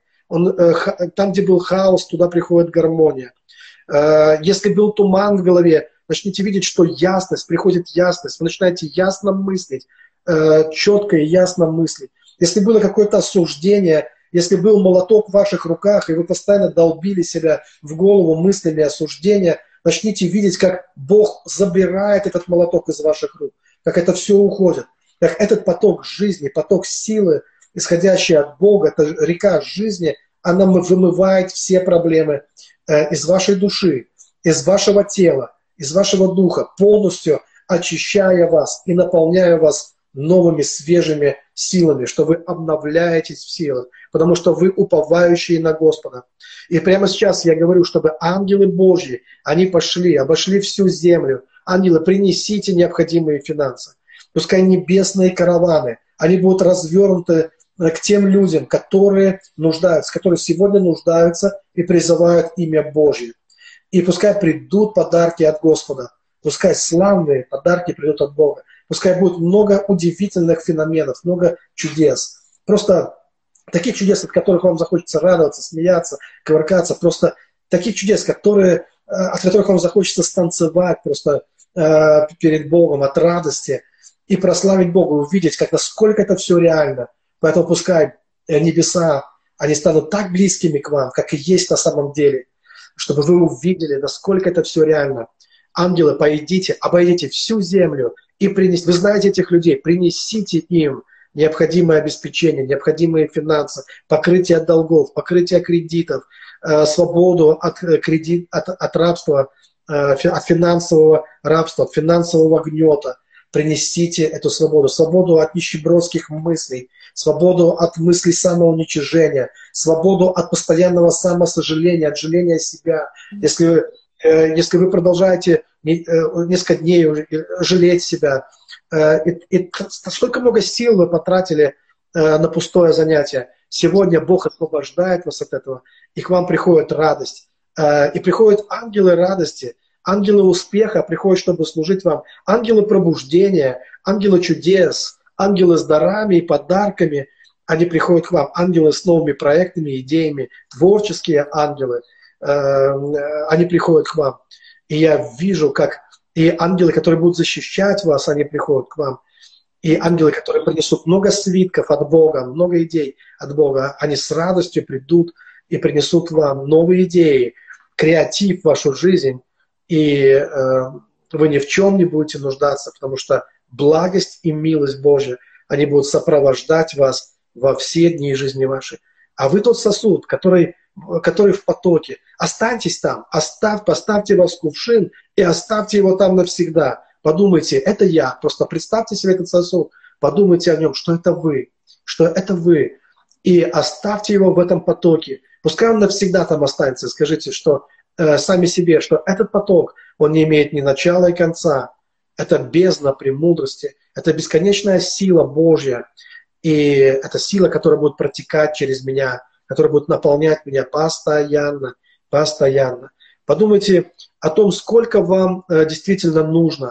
B: Там, где был хаос, туда приходит гармония. Если был туман в голове, начните видеть, что ясность, приходит ясность. Вы начинаете ясно мыслить, четко и ясно мыслить. Если было какое-то осуждение, если был молоток в ваших руках, и вы постоянно долбили себя в голову мыслями осуждения, начните видеть, как Бог забирает этот молоток из ваших рук, как это все уходит, как этот поток жизни, поток силы, исходящий от Бога, это река жизни, она вымывает все проблемы из вашей души, из вашего тела, из вашего духа, полностью очищая вас и наполняя вас новыми свежими силами, что вы обновляетесь в силах, потому что вы уповающие на Господа. И прямо сейчас я говорю, чтобы ангелы Божьи, они пошли, обошли всю землю. Ангелы, принесите необходимые финансы. Пускай небесные караваны, они будут развернуты к тем людям, которые нуждаются, которые сегодня нуждаются и призывают имя Божье. И пускай придут подарки от Господа, пускай славные подарки придут от Бога. Пускай будет много удивительных феноменов, много чудес. Просто таких чудес, от которых вам захочется радоваться, смеяться, кувыркаться. Просто таких чудес, от которых вам захочется станцевать просто перед Богом от радости и прославить Бога, увидеть, насколько это все реально. Поэтому пускай небеса, они станут так близкими к вам, как и есть на самом деле, чтобы вы увидели, насколько это все реально. Ангелы, обойдите всю землю и принесите. Вы знаете этих людей, принесите им необходимое обеспечение, необходимые финансы, покрытие долгов, покрытие кредитов, свободу от рабства, от финансового рабства, от финансового гнета. Принесите эту свободу, свободу от нищебродских мыслей, свободу от мыслей самоуничижения, свободу от постоянного самосожаления, от жаления себя. Если вы продолжаете несколько дней жалеть себя, и сколько много сил вы потратили на пустое занятие, сегодня Бог освобождает вас от этого, и к вам приходит радость. И приходят ангелы радости, ангелы успеха приходят, чтобы служить вам, ангелы пробуждения, ангелы чудес, ангелы с дарами и подарками, они приходят к вам, ангелы с новыми проектами, идеями, творческие ангелы, они приходят к вам. И я вижу, как и ангелы, которые будут защищать вас, они приходят к вам. И ангелы, которые принесут много свитков от Бога, много идей от Бога, они с радостью придут и принесут вам новые идеи, креатив в вашу жизнь, и вы ни в чем не будете нуждаться, потому что благость и милость Божья, они будут сопровождать вас во все дни жизни вашей. А вы тот сосуд, который в потоке. Останьтесь там, поставьте вас в кувшин и оставьте его там навсегда. подумайте, это я. Просто представьте себе этот сосуд, подумайте о нем, что это вы, что это вы. И оставьте его в этом потоке. Пускай он навсегда там останется. Скажите, что сами себе, что этот поток, он не имеет ни начала и конца. Это бездна премудрости, это бесконечная сила Божья. И это сила, которая будет протекать через меня, которая будет наполнять меня постоянно, постоянно. Подумайте о том, сколько вам действительно нужно,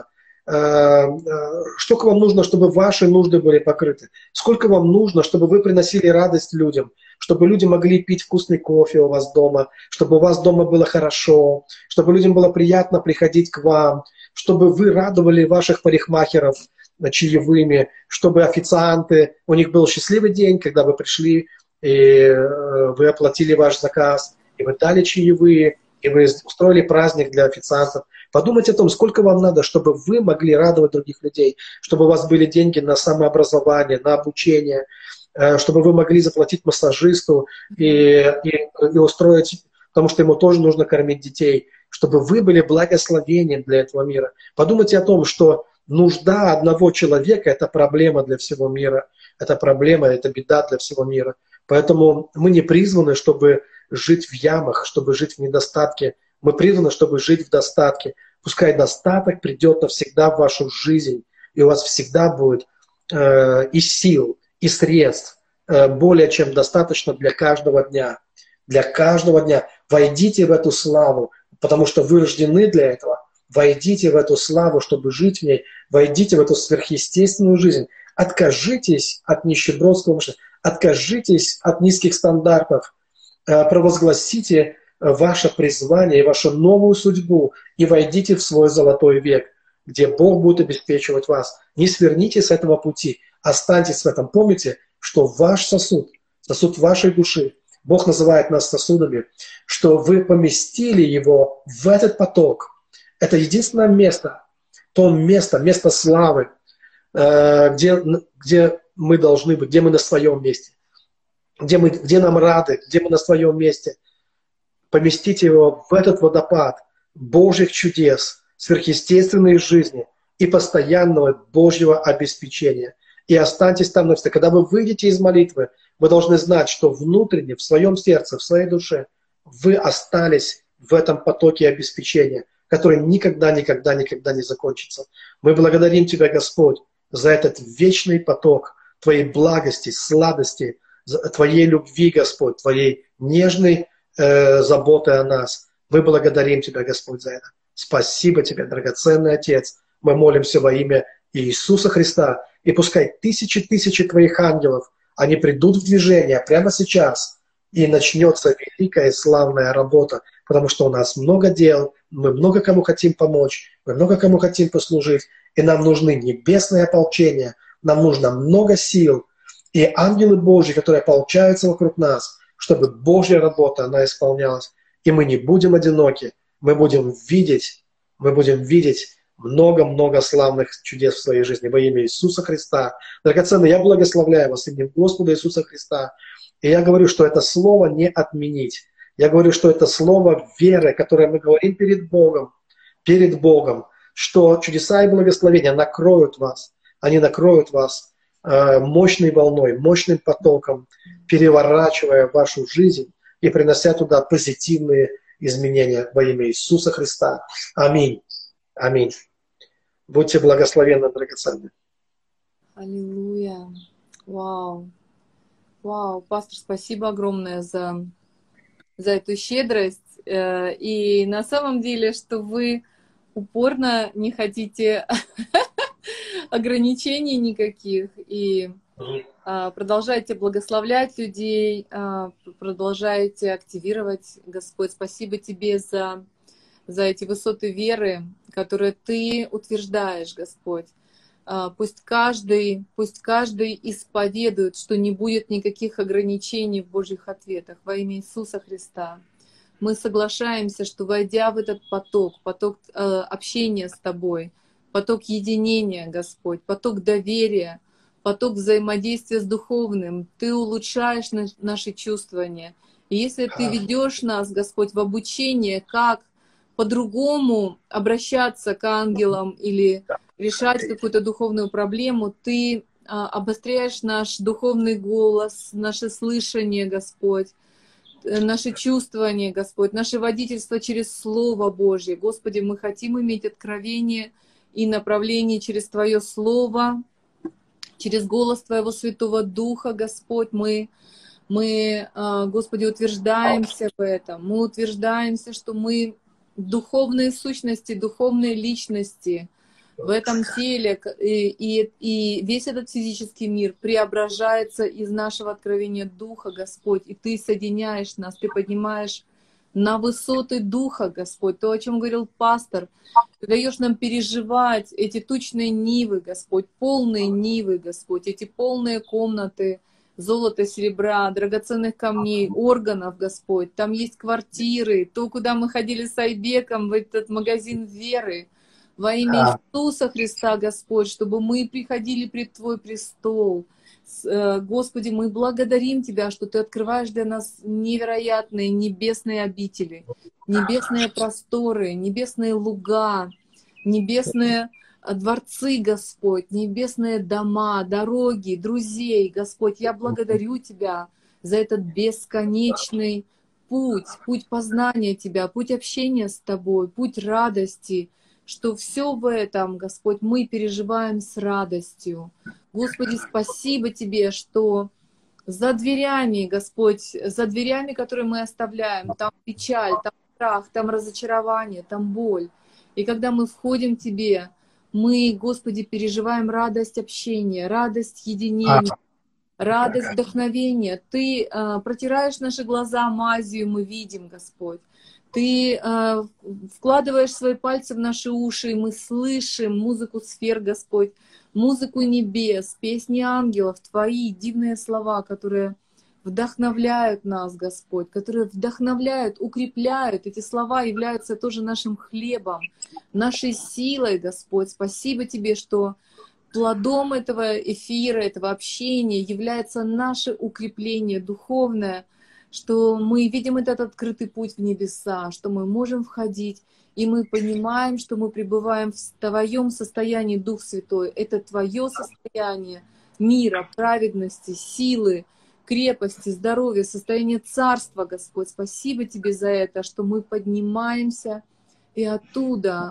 B: сколько вам нужно, чтобы ваши нужды были покрыты, сколько вам нужно, чтобы вы приносили радость людям, чтобы люди могли пить вкусный кофе у вас дома, чтобы у вас дома было хорошо, чтобы людям было приятно приходить к вам, чтобы вы радовали ваших парикмахеров чаевыми, чтобы официанты, у них был счастливый день, когда вы пришли, и вы оплатили ваш заказ, и вы дали чаевые, и вы устроили праздник для официантов. Подумайте о том, сколько вам надо, чтобы вы могли радовать других людей, чтобы у вас были деньги на самообразование, на обучение, чтобы вы могли заплатить массажисту и устроить, потому что ему тоже нужно кормить детей, чтобы вы были благословением для этого мира. Подумайте о том, что нужда одного человека – это проблема для всего мира, это проблема, это беда для всего мира. Поэтому мы не призваны, чтобы жить в ямах, чтобы жить в недостатке. Мы призваны, чтобы жить в достатке. Пускай достаток придет навсегда в вашу жизнь, и у вас всегда будет и сил, и средств более чем достаточно для каждого дня. Для каждого дня. Войдите в эту славу, потому что вы рождены для этого. Войдите в эту славу, чтобы жить в ней. Войдите в эту сверхъестественную жизнь. Откажитесь от нищебродского мышления. Откажитесь от низких стандартов. Провозгласите ваше призвание и вашу новую судьбу и войдите в свой золотой век, где Бог будет обеспечивать вас. Не сверните с этого пути. Останьтесь в этом. Помните, что ваш сосуд, сосуд вашей души, Бог называет нас сосудами, что вы поместили его в этот поток. Это единственное место, то место, место славы, где мы должны быть, где мы на своем месте, где нам рады, где мы на своем месте. Поместите его в этот водопад Божьих чудес, сверхъестественной жизни и постоянного Божьего обеспечения. И останьтесь там навсегда. Когда вы выйдете из молитвы, вы должны знать, что внутренне, в своем сердце, в своей душе, вы остались в этом потоке обеспечения, который никогда, никогда, никогда не закончится. Мы благодарим Тебя, Господь, за этот вечный поток Твоей благости, сладости, Твоей любви, Господь, Твоей нежной заботы о нас. Мы благодарим Тебя, Господь, за это. Спасибо Тебе, драгоценный Отец. Мы молимся во имя Иисуса Христа. И пускай тысячи Твоих ангелов, они придут в движение прямо сейчас, и начнется великая и славная работа, потому что у нас много дел, мы много кому хотим помочь, мы много кому хотим послужить, и нам нужны небесные ополчения, нам нужно много сил, и ангелы Божьи, которые ополчаются вокруг нас, чтобы Божья работа, она исполнялась, и мы не будем одиноки, мы будем видеть много-много славных чудес в своей жизни во имя Иисуса Христа. Драгоценный, я благословляю вас именем Господа Иисуса Христа. И я говорю, что это слово не отменить. Я говорю, что это слово веры, которое мы говорим перед Богом, что чудеса и благословения накроют вас. Они накроют вас мощной волной, мощным потоком, переворачивая вашу жизнь и принося туда позитивные изменения во имя Иисуса Христа. Аминь. Аминь. Будьте благословенны, драгоценные.
A: Аллилуйя. Вау. Вау, пастор, спасибо огромное за эту щедрость. И на самом деле, что вы упорно не хотите ограничений никаких. И продолжаете благословлять людей, продолжаете активировать, Господь. Спасибо Тебе за эти высоты веры, которые Ты утверждаешь, Господь. Пусть каждый исповедует, что не будет никаких ограничений в Божьих ответах во имя Иисуса Христа. Мы соглашаемся, что войдя в этот поток общения с Тобой, поток единения, Господь, поток доверия, поток взаимодействия с духовным, Ты улучшаешь наши чувствования. И если Ты ведешь нас, Господь, в обучение, как по-другому обращаться к ангелам или решать какую-то духовную проблему, Ты обостряешь наш духовный голос, наше слышание, Господь, наше чувствование, Господь, наше водительство через Слово Божье. Господи, мы хотим иметь откровение и направление через Твое Слово, через голос Твоего Святого Духа, Господь. Мы, Господи, утверждаемся в этом. Мы утверждаемся, что мы духовные сущности, духовные личности в этом теле, и весь этот физический мир преображается из нашего откровения Духа, Господь, и Ты соединяешь нас, Ты поднимаешь на высоты Духа, Господь, то, о чем говорил пастор, Ты даешь нам переживать эти тучные нивы, Господь, полные нивы, Господь, эти полные комнаты золота, серебра, драгоценных камней, органов, Господь. Там есть квартиры, то, куда мы ходили с Айбеком, в этот магазин веры. Во имя Иисуса Христа, Господь, чтобы мы приходили пред Твой престол. Господи, мы благодарим Тебя, что Ты открываешь для нас невероятные небесные обители, небесные просторы, небесные луга, небесные дворцы, Господь, небесные дома, дороги, друзей, Господь. Я благодарю Тебя за этот бесконечный путь познания Тебя, путь общения с Тобой, путь радости, что все в этом, Господь, мы переживаем с радостью. Господи, спасибо Тебе, что за дверями, Господь, за дверями, которые мы оставляем, там печаль, там страх, там разочарование, там боль. И когда мы входим к Тебе, мы, Господи, переживаем радость общения, радость единения, радость вдохновения. Ты протираешь наши глаза мазью, мы видим, Господь. Ты вкладываешь свои пальцы в наши уши, и мы слышим музыку сфер, Господь, музыку небес, песни ангелов, Твои дивные слова, которые вдохновляют нас, Господь, которые вдохновляют, укрепляют. Эти слова являются тоже нашим хлебом, нашей силой, Господь. Спасибо Тебе, что плодом этого эфира, этого общения является наше укрепление духовное, что мы видим этот открытый путь в небеса, что мы можем входить, и мы понимаем, что мы пребываем в Твоем состоянии, Дух Святой. Это Твое состояние мира, праведности, силы, крепости, здоровья, состояние царства, Господь. Спасибо Тебе за это, что мы поднимаемся, и оттуда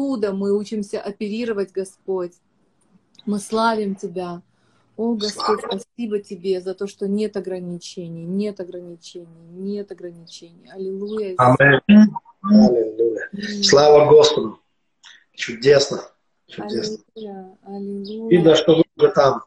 A: мы учимся оперировать, Господь. Мы славим Тебя. О, Господь, спасибо Тебе за то, что нет ограничений, нет ограничений, нет ограничений. Аллилуйя.
B: Аминь. Аллилуйя. Слава Господу. Чудесно. Чудесно.
A: Аллилуйя. Аллилуйя.
B: Видно, что вы уже там.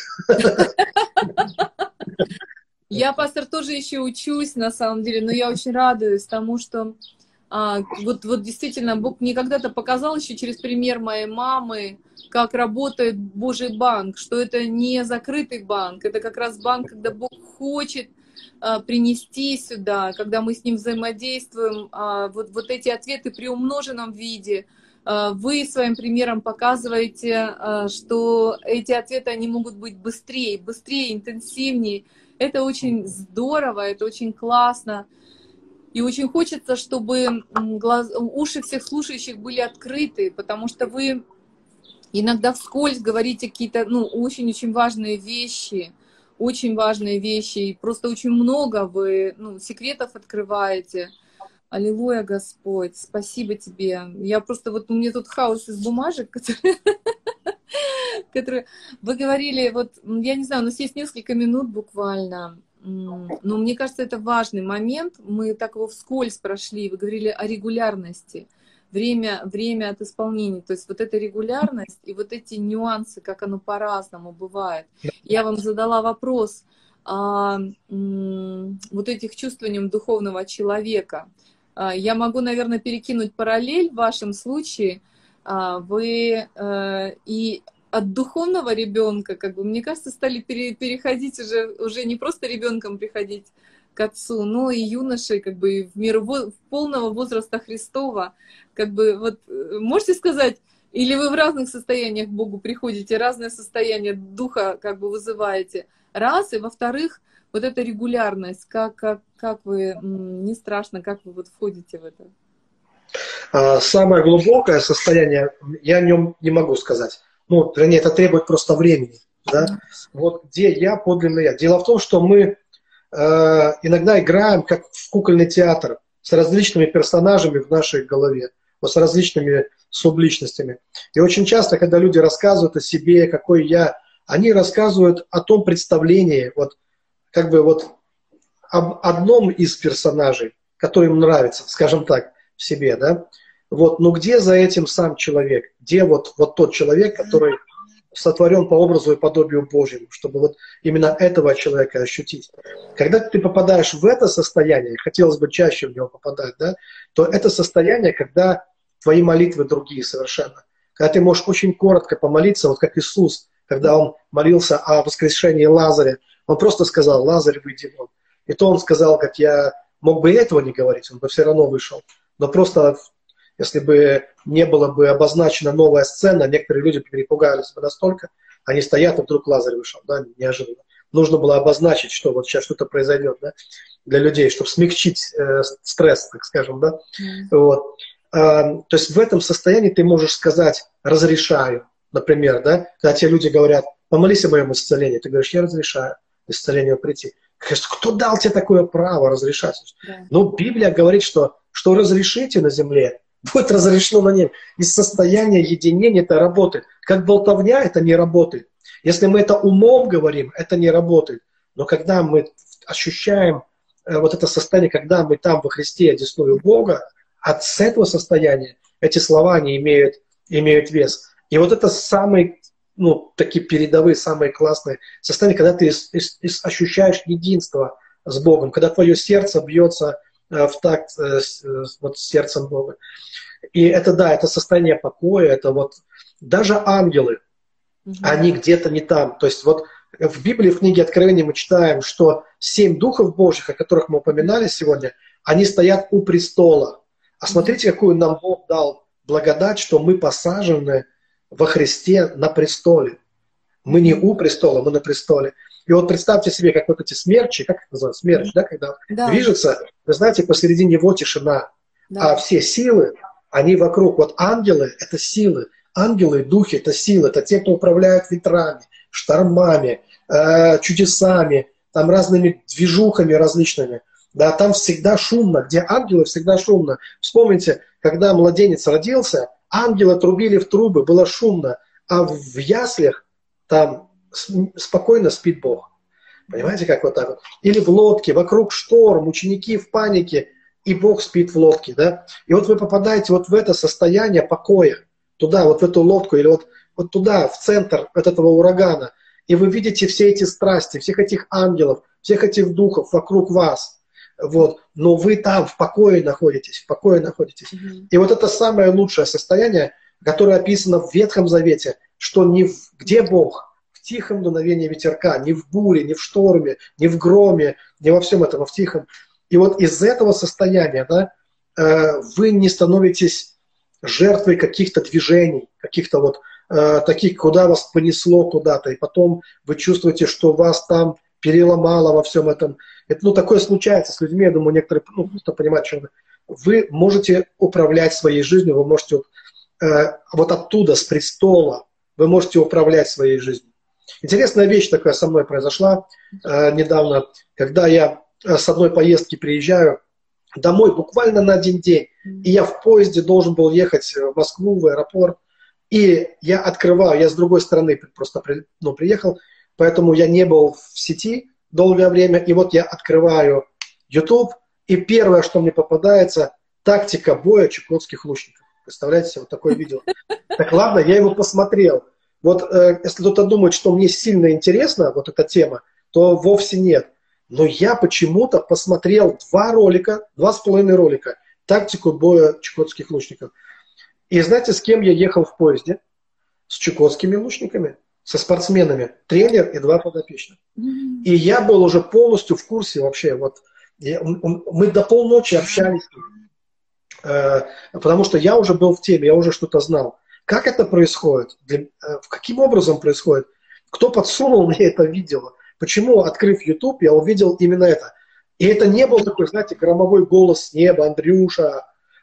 A: Я, пастор, тоже еще учусь, на самом деле, но я очень радуюсь тому, что вот действительно Бог мне когда-то показал еще через пример моей мамы, как работает Божий банк, что это не закрытый банк, это как раз банк, когда Бог хочет принести сюда, когда мы с Ним взаимодействуем, вот эти ответы при умноженном виде. Вы своим примером показываете, что эти ответы, они могут быть быстрее, интенсивнее. Это очень здорово, это очень классно. И очень хочется, чтобы уши всех слушающих были открыты, потому что вы иногда вскользь говорите какие-то очень-очень важные вещи, и просто очень много вы секретов открываете. Аллилуйя, Господь, спасибо Тебе. Я просто, у меня тут хаос из бумажек, которые вы говорили, я не знаю, у нас есть несколько минут буквально, но мне кажется, это важный момент, мы так его вскользь прошли, вы говорили о регулярности, время от исполнения, то есть вот эта регулярность и вот эти нюансы, как оно по-разному бывает. Я вам задала вопрос о вот этих чувствованиях духовного человека. Я могу, наверное, перекинуть параллель в вашем случае. Вы и от духовного ребенка, мне кажется, стали переходить уже не просто ребенком приходить к Отцу, но и юношей, в меру полного возраста Христова. Можете сказать, или вы в разных состояниях к Богу приходите, разное состояние духа вызываете? Раз, и во-вторых, вот эта регулярность, как вы, не страшно, как вы входите в это?
B: Самое глубокое состояние, я о нем не могу сказать. Ну, вернее, это требует просто времени. Да? Вот где я, подлинный я. Дело в том, что мы иногда играем как в кукольный театр с различными персонажами в нашей голове, вот с различными субличностями. И очень часто, когда люди рассказывают о себе, какой я, они рассказывают о том представлении, вот как бы вот об одном из персонажей, который им нравится, скажем так, в себе, да. Вот, но где за этим сам человек? Где вот тот человек, который сотворен по образу и подобию Божьему, чтобы вот именно этого человека ощутить. Когда ты попадаешь в это состояние, хотелось бы чаще в него попадать, да, то это состояние, когда твои молитвы другие совершенно. Когда ты можешь очень коротко помолиться, вот как Иисус, когда Он молился о воскрешении Лазаря, Он просто сказал: «Лазарь, выйди вон». И то Он сказал, как я мог бы и этого не говорить, Он бы все равно вышел. Но просто если бы не было бы обозначена новая сцена, некоторые люди перепугались бы настолько, они стоят, и вдруг Лазарь вышел, да, неожиданно. Нужно было обозначить, что вот сейчас что-то произойдет, да, для людей, чтобы смягчить стресс, так скажем, да. Вот. То есть в этом состоянии ты можешь сказать: «разрешаю», например, да, когда те люди говорят: «помолись о моем исцелении», ты говоришь: «я разрешаю исцелению прийти». Кто дал тебе такое право разрешать? Да. Ну, Библия говорит, что разрешите на земле, будет разрешено на небе. Из состояния единения это работает. Как болтовня это не работает. Если мы это умом говорим, это не работает. Но когда мы ощущаем вот это состояние, когда мы там во Христе одесную Бога, от этого состояния эти слова не имеют вес. И вот это самые, такие передовые, самые классные состояния, когда ты ощущаешь единство с Богом, когда твое сердце бьется в такт вот с сердцем Бога. И это, да, это состояние покоя, это вот даже ангелы, они где-то не там. То есть вот в Библии, в книге Откровения мы читаем, что 7 духов Божьих, о которых мы упоминали сегодня, они стоят у престола. А смотрите, какую нам Бог дал благодать, что мы посажены во Христе на престоле. Мы не у престола, мы на престоле. И вот представьте себе, как вот эти смерчи, как их называют, смерч, да, когда движется, вы знаете, посередине его тишина, а все силы, они вокруг. Вот ангелы — это силы, ангелы, духи — это силы, это те, кто управляют ветрами, штормами, чудесами, там разными движухами различными. Да, там всегда шумно, где ангелы, всегда шумно. Вспомните, когда младенец родился, ангелы трубили в трубы, было шумно, а в яслях там спокойно спит Бог. Понимаете, как вот так вот? Или в лодке, вокруг шторм, ученики в панике, и Бог спит в лодке, да? И вот вы попадаете вот в это состояние покоя, туда, вот в эту лодку, или вот туда, в центр от этого урагана, и вы видите все эти страсти, всех этих ангелов, всех этих духов вокруг вас, вот, но вы там в покое находитесь, в покое находитесь. И вот это самое лучшее состояние, которое описано в Ветхом Завете, что где Бог? В тихом дуновении ветерка, не в буре, не в шторме, не в громе, не во всем этом, а в тихом. И вот из этого состояния, да, вы не становитесь жертвой каких-то движений, каких-то вот таких, куда вас понесло куда-то, и потом вы чувствуете, что вас там переломало во всем этом. Это, такое случается с людьми, я думаю, некоторые, кто понимает, что вы можете управлять своей жизнью, вы можете вот оттуда, с престола, вы можете управлять своей жизнью. Интересная вещь такая со мной произошла недавно, когда я с одной поездки приезжаю домой буквально на один день, и я в поезде должен был ехать в Москву, в аэропорт, и я открываю, я с другой стороны просто приехал, поэтому я не был в сети долгое время, и вот я открываю YouTube, и первое, что мне попадается, тактика боя чукотских лучников. Представляете себе, вот такое видео. Так ладно, я его посмотрел. Вот если кто-то думает, что мне сильно интересна вот эта тема, то вовсе нет. Но я почему-то посмотрел 2,5 ролика тактику боя чукотских лучников. И знаете, с кем я ехал в поезде? С чукотскими лучниками, со спортсменами. Тренер и 2 подопечных. И я был уже полностью в курсе вообще. Вот, мы до полночи общались, потому что я уже был в теме, я уже что-то знал. Как это происходит? Каким образом происходит? Кто подсунул мне это видео? Почему, открыв YouTube, я увидел именно это? И это не был такой, знаете, громовой голос с неба, Андрюша,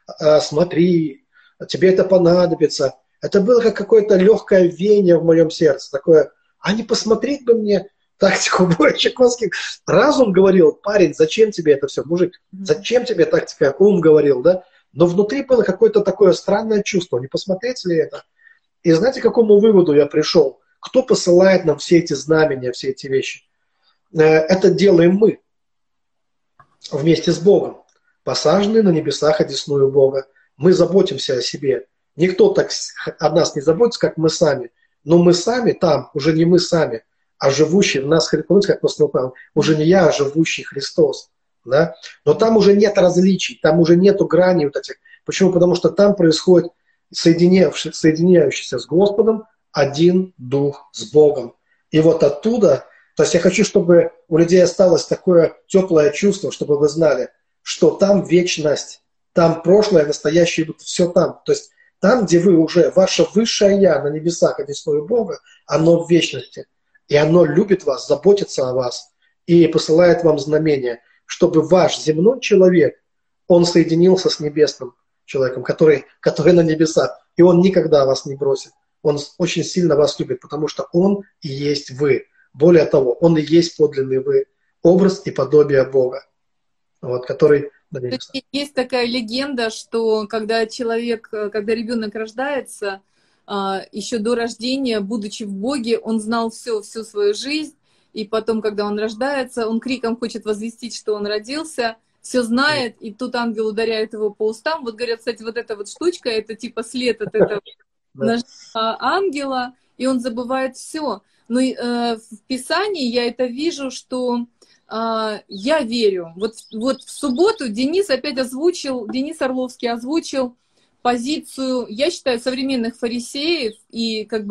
B: смотри, тебе это понадобится. Это было как какое-то легкое веяние в моем сердце, такое, а не посмотреть бы мне тактику боя Чайковских. Разум говорил, парень, зачем тебе это все, мужик, зачем тебе тактика, ум говорил, да? Но внутри было какое-то такое странное чувство, не посмотреть ли это? И знаете, к какому выводу я пришел? Кто посылает нам все эти знамения, все эти вещи? Это делаем мы вместе с Богом, посаженные на небесах одесную Бога. Мы заботимся о себе. Никто так о нас не заботится, как мы сами. Но мы сами там, уже не мы сами, а живущий в нас Христос, как апостол Павел, уже не я, а живущий Христос. Да? Но там уже нет различий, там уже нету граней вот этих. Почему? Потому что там происходит соединяющийся с Господом один дух с Богом. И вот оттуда, то есть я хочу, чтобы у людей осталось такое теплое чувство, чтобы вы знали, что там вечность, там прошлое, настоящее, все там. То есть там, где вы уже, ваше высшее Я на небесах, одесную Бога, оно в вечности. И оно любит вас, заботится о вас и посылает вам знамения, чтобы ваш земной человек, он соединился с небесным человеком, который на небесах. И он никогда вас не бросит. Он очень сильно вас любит, потому что он и есть вы. Более того, он и есть подлинный вы, образ и подобие Бога, вот, который на небесах.
A: Есть такая легенда, что когда ребенок рождается, еще до рождения, будучи в Боге, он знал всю свою жизнь, и потом, когда он рождается, он криком хочет возвестить, что он родился, все знает, и тут ангел ударяет его по устам. Вот говорят, кстати, вот эта вот штучка, это типа след от этого ангела, и он забывает все. Но в Писании я это вижу, что я верю. Вот в субботу Денис Орловский озвучил позицию, я считаю, современных фарисеев и как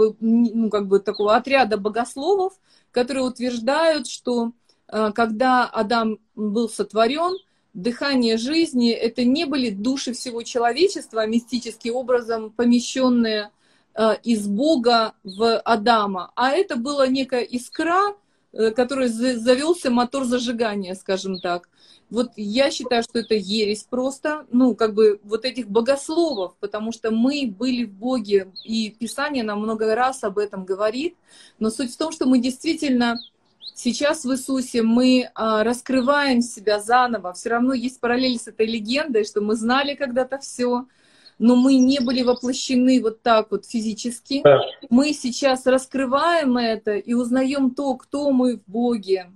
A: бы такого отряда богословов, которые утверждают, что когда Адам был сотворен, дыхание жизни — это не были души всего человечества, мистическим образом помещенные из Бога в Адама, а это была некая искра, который завелся мотор зажигания, скажем так. Вот я считаю, что это ересь просто, вот этих богословов, потому что мы были в Боге, и Писание нам много раз об этом говорит, но суть в том, что мы действительно сейчас в Иисусе, мы раскрываем себя заново, все равно есть параллель с этой легендой, что мы знали когда-то все, но мы не были воплощены вот так вот физически. Мы сейчас раскрываем это и узнаем то, кто мы в Боге.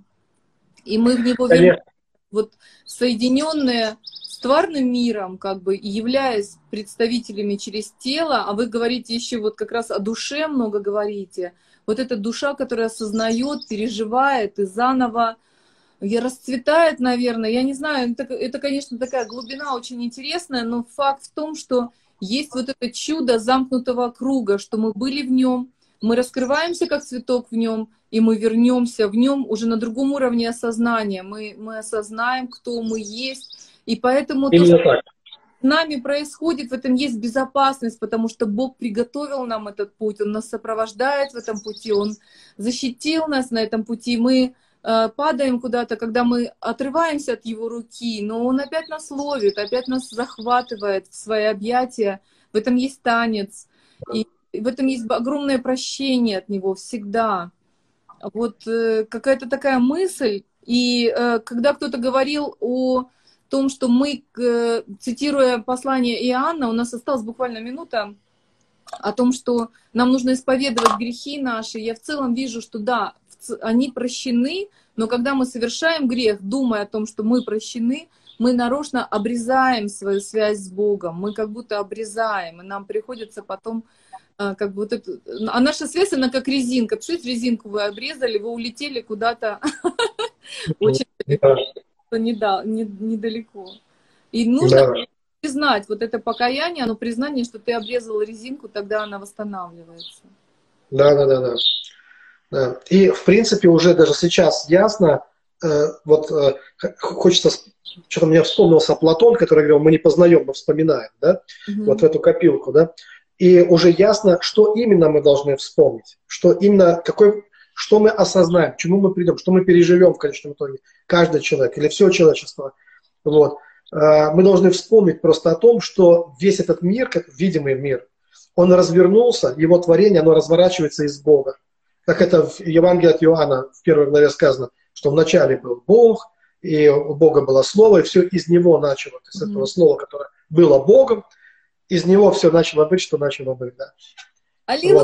A: И мы в Него верим, вот соединенные с тварным миром, как бы, и являясь представителями через тело, а вы говорите еще вот как раз о душе много говорите. Вот эта душа, которая осознает, переживает и заново расцветает, наверное, я не знаю, это, конечно, такая глубина очень интересная, но факт в том, что есть вот это чудо замкнутого круга, что мы были в нем, мы раскрываемся как цветок в нем, и мы вернемся в нем уже на другом уровне осознания. Мы осознаем, кто мы есть, и поэтому то, что с нами происходит, в этом есть безопасность, потому что Бог приготовил нам этот путь, Он нас сопровождает в этом пути, Он защитил нас на этом пути. Мы падаем куда-то, когда мы отрываемся от Его руки, но Он опять нас ловит, опять нас захватывает в свои объятия. В этом есть танец, и в этом есть огромное прощение от Него всегда. Вот какая-то такая мысль. И когда кто-то говорил о том, что мы, цитируя послание Иоанна, у нас осталась буквально минута, о том, что нам нужно исповедовать грехи наши, я в целом вижу, что да, они прощены, но когда мы совершаем грех, думая о том, что мы прощены, мы нарочно обрезаем свою связь с Богом, мы как будто обрезаем, и нам приходится потом как бы вот это... А наша связь, она как резинка. Представляете, резинку вы обрезали, вы улетели куда-то очень недалеко. И нужно признать вот это покаяние, оно признание, что ты обрезал резинку, тогда она восстанавливается.
B: Да. И, в принципе, уже даже сейчас ясно, хочется, что-то мне вспомнился Платон, который говорил, мы не познаем, мы вспоминаем, да, вот в эту копилку, да, и уже ясно, что именно мы должны вспомнить, что мы осознаем, к чему мы придем, что мы переживем в конечном итоге, каждый человек или все человечество, вот. мы должны вспомнить просто о том, что весь этот мир, как видимый мир, он развернулся, его творение, оно разворачивается из Бога. Как это в Евангелии от Иоанна в 1 главе сказано, что вначале был Бог, и у Бога было Слово, и все из Него начало. То есть этого Слова, которое было Богом, из Него все начало быть, что начало быть. Да.
A: Аллилуйя!